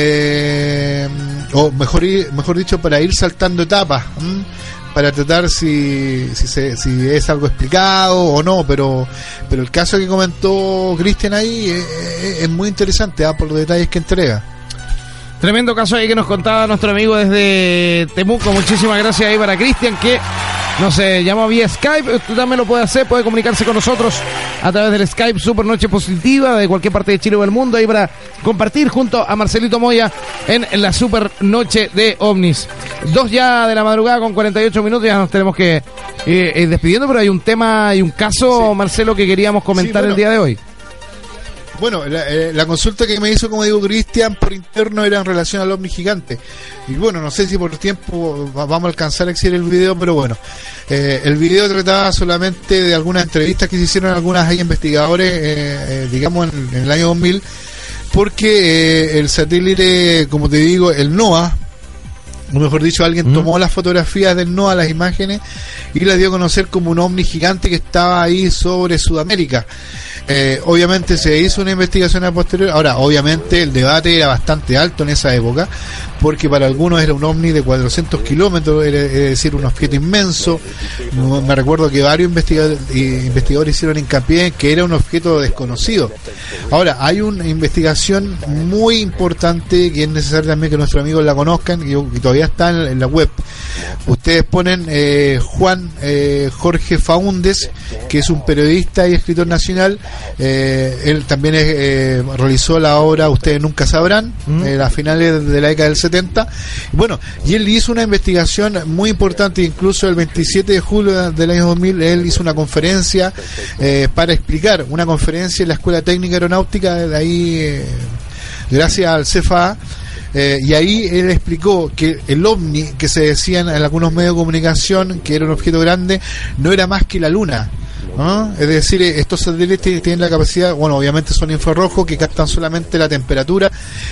eh, o mejor, mejor dicho, para ir saltando etapas, ¿m? para tratar si si, se, si es algo explicado o no, pero pero el caso que comentó Cristian ahí es, es, es muy interesante, ¿eh? por los detalles que entrega. Tremendo caso ahí que nos contaba nuestro amigo desde Temuco. Muchísimas gracias ahí para Cristian, que nos eh, llamó vía Skype. Usted también lo puede hacer, puede comunicarse con nosotros a través del Skype Super Noche Positiva de cualquier parte de Chile o del mundo, ahí para compartir junto a Marcelito Moya en, en la Super Noche de OVNIs. Dos ya de la madrugada con cuarenta y ocho minutos, ya nos tenemos que eh, ir despidiendo, pero hay un tema y un caso, sí. Marcelo, que queríamos comentar sí, bueno. el día de hoy. Bueno, la, eh, la consulta que me hizo, como digo, Cristian, por interno era en relación al ovni gigante. Y bueno, no sé si por tiempo vamos a alcanzar a exhibir el video, pero bueno, eh, el video trataba solamente de algunas entrevistas que se hicieron a algunos investigadores, eh, eh, digamos, en, en el año dos mil, porque eh, el satélite, como te digo, el NOAA, o mejor dicho, alguien mm. tomó las fotografías del NOAA, las imágenes, y las dio a conocer como un ovni gigante que estaba ahí sobre Sudamérica. Eh, obviamente se hizo una investigación a posterior. Ahora, obviamente el debate era bastante alto en esa época, porque para algunos era un ovni de cuatrocientos kilómetros, es decir, un objeto inmenso. Me recuerdo que varios investigadores, investigadores hicieron hincapié en que era un objeto desconocido. Ahora, hay una investigación muy importante que es necesario también que nuestros amigos la conozcan, y todavía está en, en la web. Ustedes ponen eh, Juan eh, Jorge Faúndez, que es un periodista y escritor nacional. Eh, él también es, eh, realizó la obra Ustedes Nunca Sabrán, mm. eh, a finales de la década del setenta. Bueno, y él hizo una investigación muy importante, incluso el veintisiete de julio del año dos mil, él hizo una conferencia eh, para explicar, una conferencia en la Escuela Técnica Aeronáutica, de ahí, eh, gracias al C F A. Eh, y ahí él explicó que el ovni que se decían en algunos medios de comunicación que era un objeto grande no era más que la luna, ¿no? Es decir, estos satélites tienen la capacidad, bueno, obviamente son infrarrojos que captan solamente la temperatura,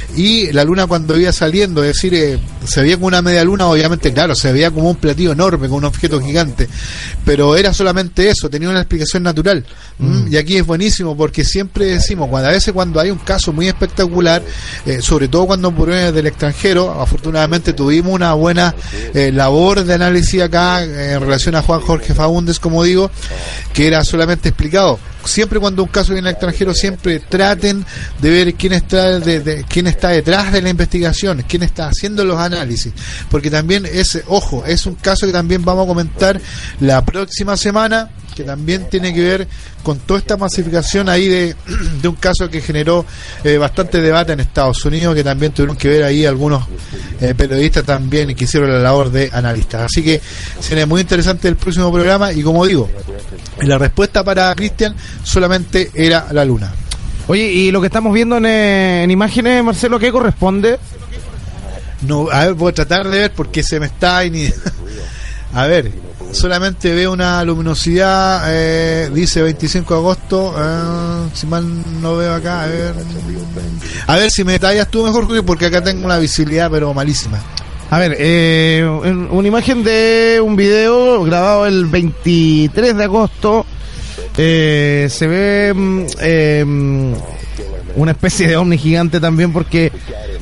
y la luna cuando iba saliendo, es decir, eh, se veía como una media luna, obviamente, claro, se veía como un platillo enorme, como un objeto gigante, pero era solamente eso, tenía una explicación natural. Mm. Y aquí es buenísimo porque siempre decimos, cuando a veces cuando hay un caso muy espectacular, eh, sobre todo cuando proviene del extranjero, afortunadamente tuvimos una buena eh, labor de análisis acá eh, en relación a Juan Jorge Faúndez, como digo, que era solamente explicado. Siempre cuando un caso viene al extranjero, siempre traten de ver quién está de, de, quién está detrás de la investigación, quién está haciendo los análisis, porque también es, ojo, es un caso que también vamos a comentar la próxima semana, que también tiene que ver con toda esta masificación ahí de, de un caso que generó eh, bastante debate en Estados Unidos, que también tuvieron que ver ahí algunos eh, periodistas también que hicieron la labor de analistas. Así que será muy interesante el próximo programa, y como digo, la respuesta para Cristian solamente era la luna. Oye, y lo que estamos viendo en, en imágenes, Marcelo, ¿qué corresponde? No, a ver, voy a tratar de ver porque se me está... In... A ver, solamente veo una luminosidad, eh, dice veinticinco de agosto, eh, si mal no veo acá, a ver... A ver si me detallas tú mejor, porque acá tengo una visibilidad pero malísima. A ver, eh, una imagen de un video grabado el veintitrés de agosto. Eh, se ve eh, una especie de ovni gigante también, porque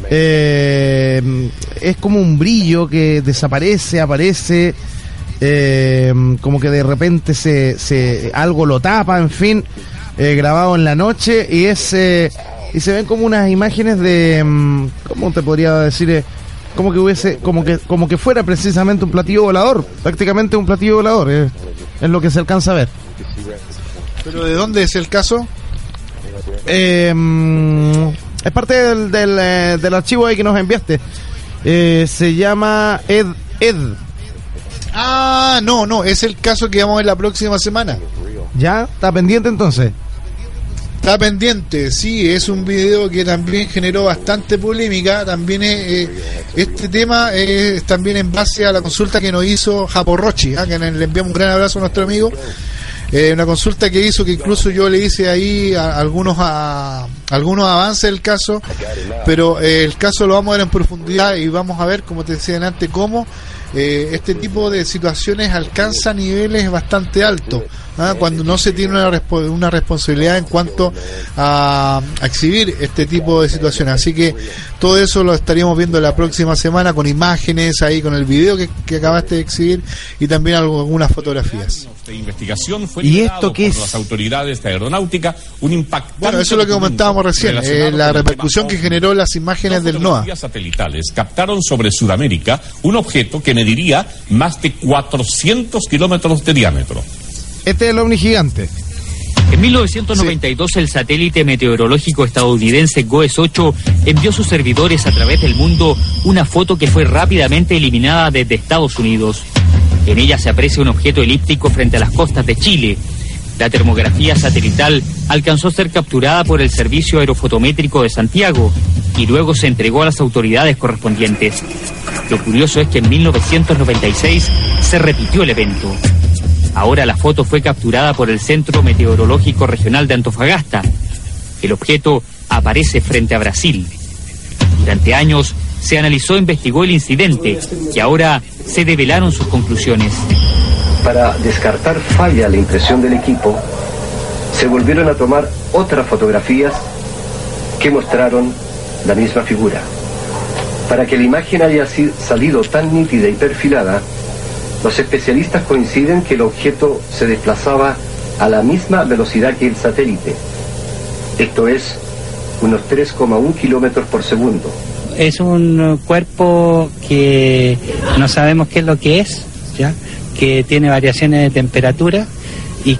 eh, es como un brillo que desaparece, aparece, eh, como que de repente se, se algo lo tapa, en fin, eh, grabado en la noche, y es eh, y se ven como unas imágenes de, ¿cómo te podría decir? Eh, como que hubiese, como que como que fuera precisamente un platillo volador, prácticamente un platillo volador, es, es lo que se alcanza a ver. ¿Pero de dónde es el caso? Eh, es parte del, del, eh, del archivo ahí que nos enviaste. Eh, se llama Ed Ed. Ah, no, no, es el caso que vamos a ver la próxima semana. ¿Ya? ¿Está pendiente entonces? Está pendiente, sí, es un video que también generó bastante polémica. También es, eh, este tema es también en base a la consulta que nos hizo Japorrochi, ¿eh? Que le enviamos un gran abrazo a nuestro amigo. Eh, una consulta que hizo, que incluso yo le hice ahí a, a algunos a, a algunos avances del caso, pero eh, el caso lo vamos a ver en profundidad y vamos a ver, como te decía antes, cómo eh, este tipo de situaciones alcanza niveles bastante altos, ¿ah? Cuando no se tiene una, respo- una responsabilidad en cuanto a, a exhibir este tipo de situaciones. Así que todo eso lo estaríamos viendo la próxima semana, con imágenes ahí, con el video que, que acabaste de exhibir, y también algunas fotografías. De investigación fue ¿Y esto qué es? por las autoridades de aeronáutica un impactante. Bueno, eso es lo que comentábamos recién, eh, la repercusión que generó las imágenes del NOAA. Las satelitales captaron sobre Sudamérica un objeto que mediría más de cuatrocientos kilómetros de diámetro. Este es el ovni gigante. En mil novecientos noventa y dos, sí. El satélite meteorológico estadounidense GOES ocho envió a sus servidores a través del mundo una foto que fue rápidamente eliminada desde Estados Unidos. En ella se aprecia un objeto elíptico frente a las costas de Chile. La termografía satelital alcanzó a ser capturada por el Servicio Aerofotométrico de Santiago y luego se entregó a las autoridades correspondientes. Lo curioso es que en mil novecientos noventa y seis se repitió el evento. Ahora la foto fue capturada por el Centro Meteorológico Regional de Antofagasta. El objeto aparece frente a Brasil. Durante años se analizó e investigó el incidente y ahora se develaron sus conclusiones. Para descartar falla la impresión del equipo, se volvieron a tomar otras fotografías que mostraron la misma figura. Para que la imagen haya salido tan nítida y perfilada, los especialistas coinciden que el objeto se desplazaba a la misma velocidad que el satélite. Esto es, unos tres coma uno kilómetros por segundo. Es un cuerpo que no sabemos qué es lo que es, ¿ya? Que tiene variaciones de temperatura y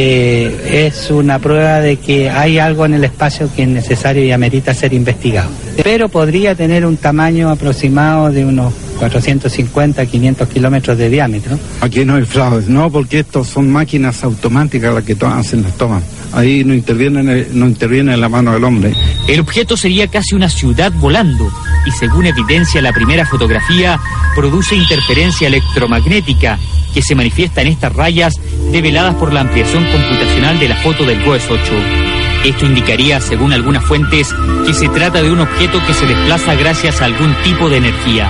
que es una prueba de que hay algo en el espacio que es necesario y amerita ser investigado. Pero podría tener un tamaño aproximado de unos cuatrocientos cincuenta a quinientos kilómetros de diámetro. Aquí no hay fraude, no, porque estos son máquinas automáticas las que to- hacen las tomas. Ahí no interviene, no interviene la mano del hombre. El objeto sería casi una ciudad volando y, según evidencia la primera fotografía, produce interferencia electromagnética que se manifiesta en estas rayas develadas por la ampliación computacional de la foto del GOES ocho. Esto indicaría, según algunas fuentes, que se trata de un objeto que se desplaza gracias a algún tipo de energía.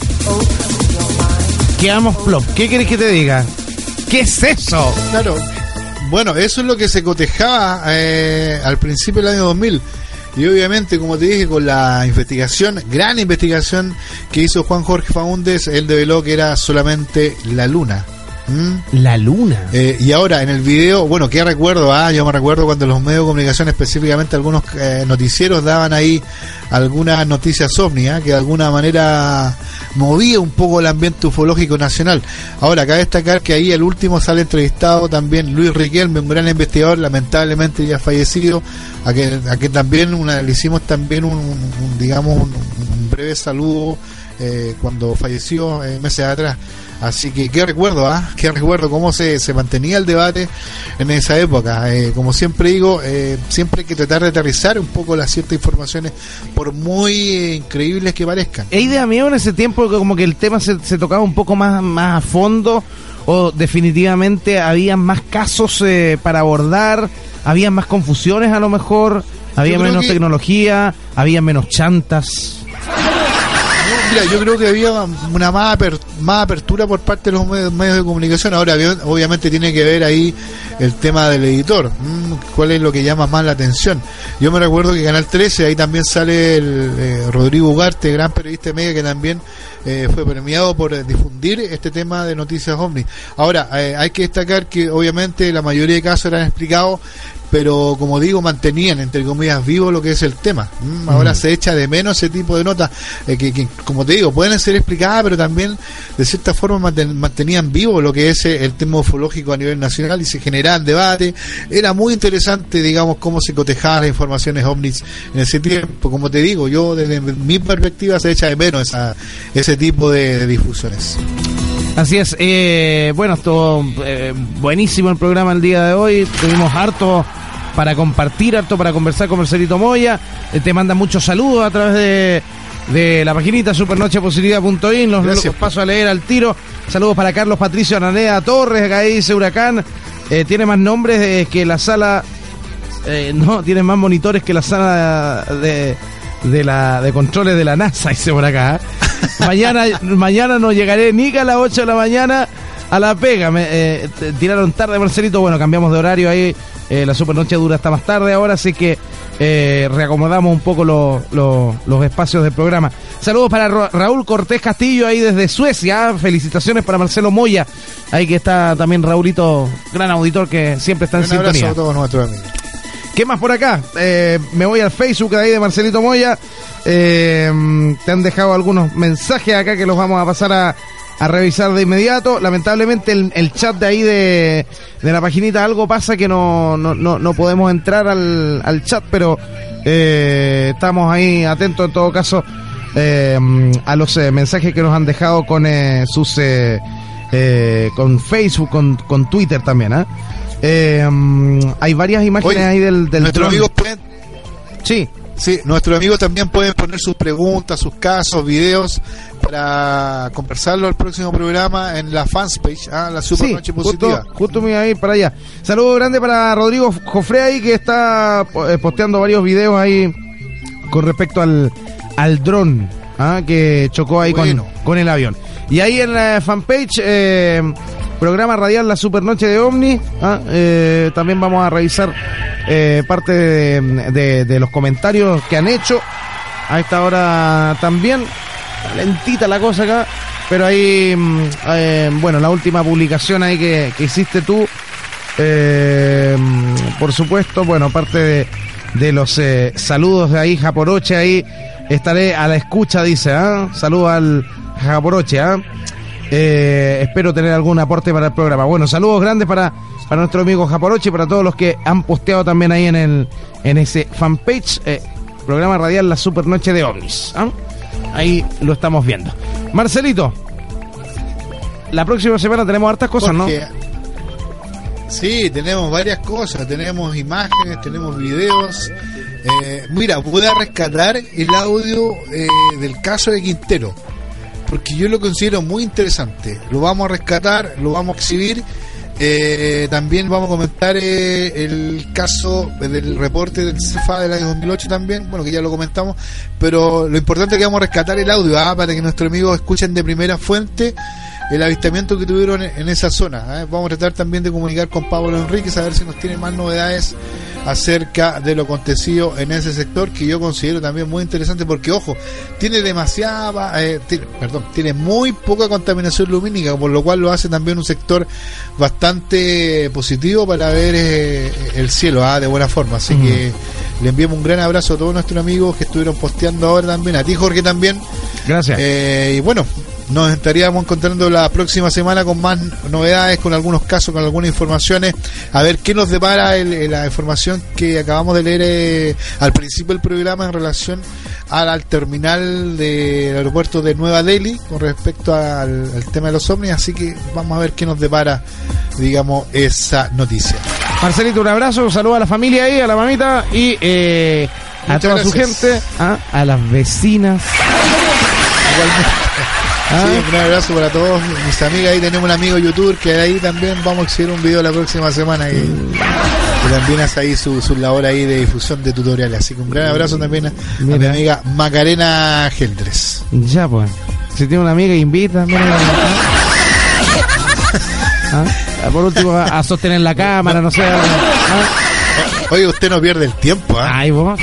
Quedamos plop. ¿Qué querés que te diga? ¿Qué es eso? Claro. Bueno, eso es lo que se cotejaba eh, al principio del año dos mil. Y obviamente, como te dije, con la investigación, gran investigación que hizo Juan Jorge Faúndez, él develó que era solamente la luna. ¿Mm? La luna. Eh, y ahora, en el video, bueno, ¿qué recuerdo? Ah, yo me recuerdo cuando los medios de comunicación, específicamente algunos eh, noticieros, daban ahí algunas noticias ovni, ¿eh? Que de alguna manera movía un poco el ambiente ufológico nacional. Ahora, cabe destacar que ahí el último sale entrevistado también Luis Riquelme, un gran investigador, lamentablemente ya fallecido, a que, a que también una, le hicimos también un, un digamos, un, un breve saludo eh, cuando falleció eh, meses atrás. Así que qué recuerdo, ¿ah? Qué recuerdo cómo se, se mantenía el debate en esa época. Eh, como siempre digo, eh, siempre hay que tratar de aterrizar un poco las ciertas informaciones, por muy eh, increíbles que parezcan. ¿Hay idea mía en ese tiempo que como que el tema se, se tocaba un poco más, más a fondo, o definitivamente había más casos eh, para abordar, había más confusiones a lo mejor, había menos que... tecnología, había menos chantas? Mira, yo creo que había una más, aper, más apertura por parte de los medios, medios de comunicación. Ahora, obviamente tiene que ver ahí el tema del editor, mm, cuál es lo que llama más la atención. Yo me recuerdo que Canal trece, ahí también sale el eh, Rodrigo Ugarte, gran periodista de media, que también eh, fue premiado por eh, difundir este tema de noticias ovni. Ahora, eh, hay que destacar que obviamente la mayoría de casos eran explicados, pero como digo, mantenían entre comillas vivo lo que es el tema. Mm, ahora mm. se echa de menos ese tipo de notas eh, que, que, como te digo, pueden ser explicadas, pero también de cierta forma manten, mantenían vivo lo que es el tema ufológico a nivel nacional, y se generaban debate. Era muy interesante, digamos, cómo se cotejaban las informaciones ovnis en ese tiempo. Como te digo, yo desde mi perspectiva se echa de menos esa, ese tipo de, de difusiones. Así es, eh, bueno, estuvo eh, buenísimo el programa el día de hoy, tuvimos harto para compartir, harto para conversar con Marcelito Moya, eh, te manda muchos saludos a través de, de la paginita supernoche posibilidad punto in, los, los paso a leer al tiro. Saludos para Carlos Patricio Araneda Torres, acá dice Huracán, eh, tiene más nombres eh, que la sala, eh, no, tiene más monitores que la sala de... de la de controles de la NASA, dice por acá. ¿eh? Mañana mañana no llegaré ni a las ocho de la mañana a la pega. Me eh, tiraron tarde, Marcelito. Bueno, cambiamos de horario ahí. Eh, la supernoche dura hasta más tarde ahora, así que eh, reacomodamos un poco lo, lo, los espacios del programa. Saludos para Ra- Raúl Cortés Castillo ahí desde Suecia. Felicitaciones para Marcelo Moya. Ahí que está también Raulito, gran auditor que siempre está en un sintonía. Un abrazo a todos nuestros amigos. ¿Qué más por acá? Eh, me voy al Facebook de ahí de Marcelito Moya. Eh, te han dejado algunos mensajes acá que los vamos a pasar a, a revisar de inmediato. Lamentablemente el, el chat de ahí de, de la paginita, algo pasa que no, no, no, no podemos entrar al, al chat, pero eh, estamos ahí atentos en todo caso eh, a los eh, mensajes que nos han dejado con eh, sus eh, eh, con Facebook, con, con Twitter también, ¿eh? Eh, um, hay varias imágenes Oye, ahí del, del nuestros amigos pueden, sí sí nuestros amigos también pueden poner sus preguntas, sus casos, videos para conversarlo al próximo programa en la fanpage, ¿ah? La Supernoche sí, Positiva. Justo, justo me voy a ir para allá. Saludo grande para Rodrigo Jofre ahí, que está eh, posteando varios videos ahí con respecto al al dron, ¿ah? Que chocó ahí bueno. con, con el avión. Y ahí en la fanpage eh, programa radial La Supernoche de OVNI, ¿ah? eh, también vamos a revisar eh, parte de, de, de los comentarios que han hecho a esta hora también. Lentita la cosa acá, pero ahí eh, bueno, la última publicación ahí que, que hiciste tú, eh, por supuesto, bueno, parte de, de los eh, saludos de ahí, Japoroche, ahí estaré a la escucha, dice, ¿ah? Saludos al Japoroche, ¿ah? Eh, espero tener algún aporte para el programa. Bueno, saludos grandes para, para nuestro amigo Japoroche y para todos los que han posteado también ahí en el en ese fanpage, eh, programa radial La Supernoche de OVNIs, ¿ah? Ahí lo estamos viendo. Marcelito, la próxima semana tenemos hartas cosas, Porque, ¿no? Sí, tenemos varias cosas, tenemos imágenes, tenemos videos. Eh, mira, pude rescatar el audio eh, del caso de Quintero, porque yo lo considero muy interesante. Lo vamos a rescatar, lo vamos a exhibir. Eh, también vamos a comentar eh, el caso del reporte del C E F A del año dos mil ocho también, bueno, que ya lo comentamos, pero lo importante es que vamos a rescatar el audio, ¿ah? Para que nuestros amigos escuchen de primera fuente el avistamiento que tuvieron en esa zona, ¿eh? Vamos a tratar también de comunicar con Pablo Enríquez a ver si nos tiene más novedades acerca de lo acontecido en ese sector, que yo considero también muy interesante, porque ojo, tiene demasiada eh, tiene, perdón, tiene muy poca contaminación lumínica, por lo cual lo hace también un sector bastante positivo para ver eh, el cielo, ¿ah? De buena forma, así uh-huh. que le enviamos un gran abrazo a todos nuestros amigos que estuvieron posteando ahora también, a ti Jorge también, gracias, eh, y bueno, nos estaríamos encontrando la próxima semana con más novedades, con algunos casos, con algunas informaciones, a ver qué nos depara el, la información que acabamos de leer eh, al principio del programa en relación al, al terminal del aeropuerto de Nueva Delhi con respecto al, al tema de los ovnis, así que vamos a ver qué nos depara, digamos, esa noticia. Marcelito, un abrazo, un saludo a la familia ahí, a la mamita y eh, a toda gracias. Su gente, ¿ah? A las vecinas. Igualmente. ¿Ah? Sí, un gran abrazo para todos mis amigas. Ahí tenemos un amigo youtuber que ahí también vamos a exhibir un video la próxima semana y, y también hace ahí su, su labor ahí de difusión de tutoriales. Así que un gran abrazo también a, a mi amiga Macarena Geldres. Ya pues, si tiene una amiga invita, mira, ¿ah? Por último a, a sostener la cámara, no sé. ¿Ah? Oye, usted no pierde el tiempo, ¿ah? Ay, vos.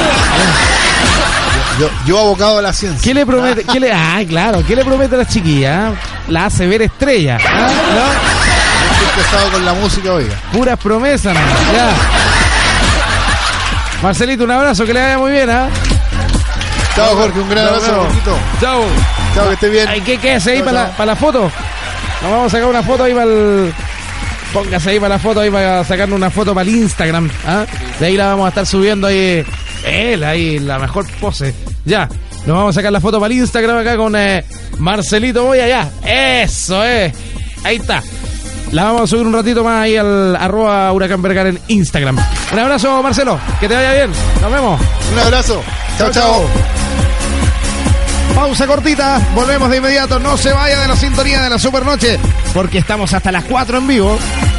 Yo, yo abocado a la ciencia. ¿Qué le promete? ¿Qué le, ay, claro, ¿qué le promete a la chiquilla? La hace ver estrella. ¿Ah? ¿No? Estoy pesado con la música, oiga. Puras promesas, ¿no? Ya. Marcelito, un abrazo, que le vaya muy bien, ¿ah? Chao, Jorge, un gran abrazo. Chao. Chao, que esté bien. Ay, ¿qué, qué hace ahí para la, para la foto? Nos vamos a sacar una foto ahí para el... Póngase ahí para la foto, ahí para sacarnos una foto para el Instagram. ¿Ah? De ahí la vamos a estar subiendo ahí. Él, ahí, la mejor pose. Ya, nos vamos a sacar la foto para el Instagram acá con eh, Marcelito Moya, ya. Eso es. Eh. Ahí está. La vamos a subir un ratito más ahí al arroba Huracán Vergara en Instagram. Un abrazo, Marcelo. Que te vaya bien. Nos vemos. Un abrazo. Chao, chao. Pausa cortita, volvemos de inmediato. No se vaya de la sintonía de la Supernoche, porque estamos hasta las cuatro en vivo.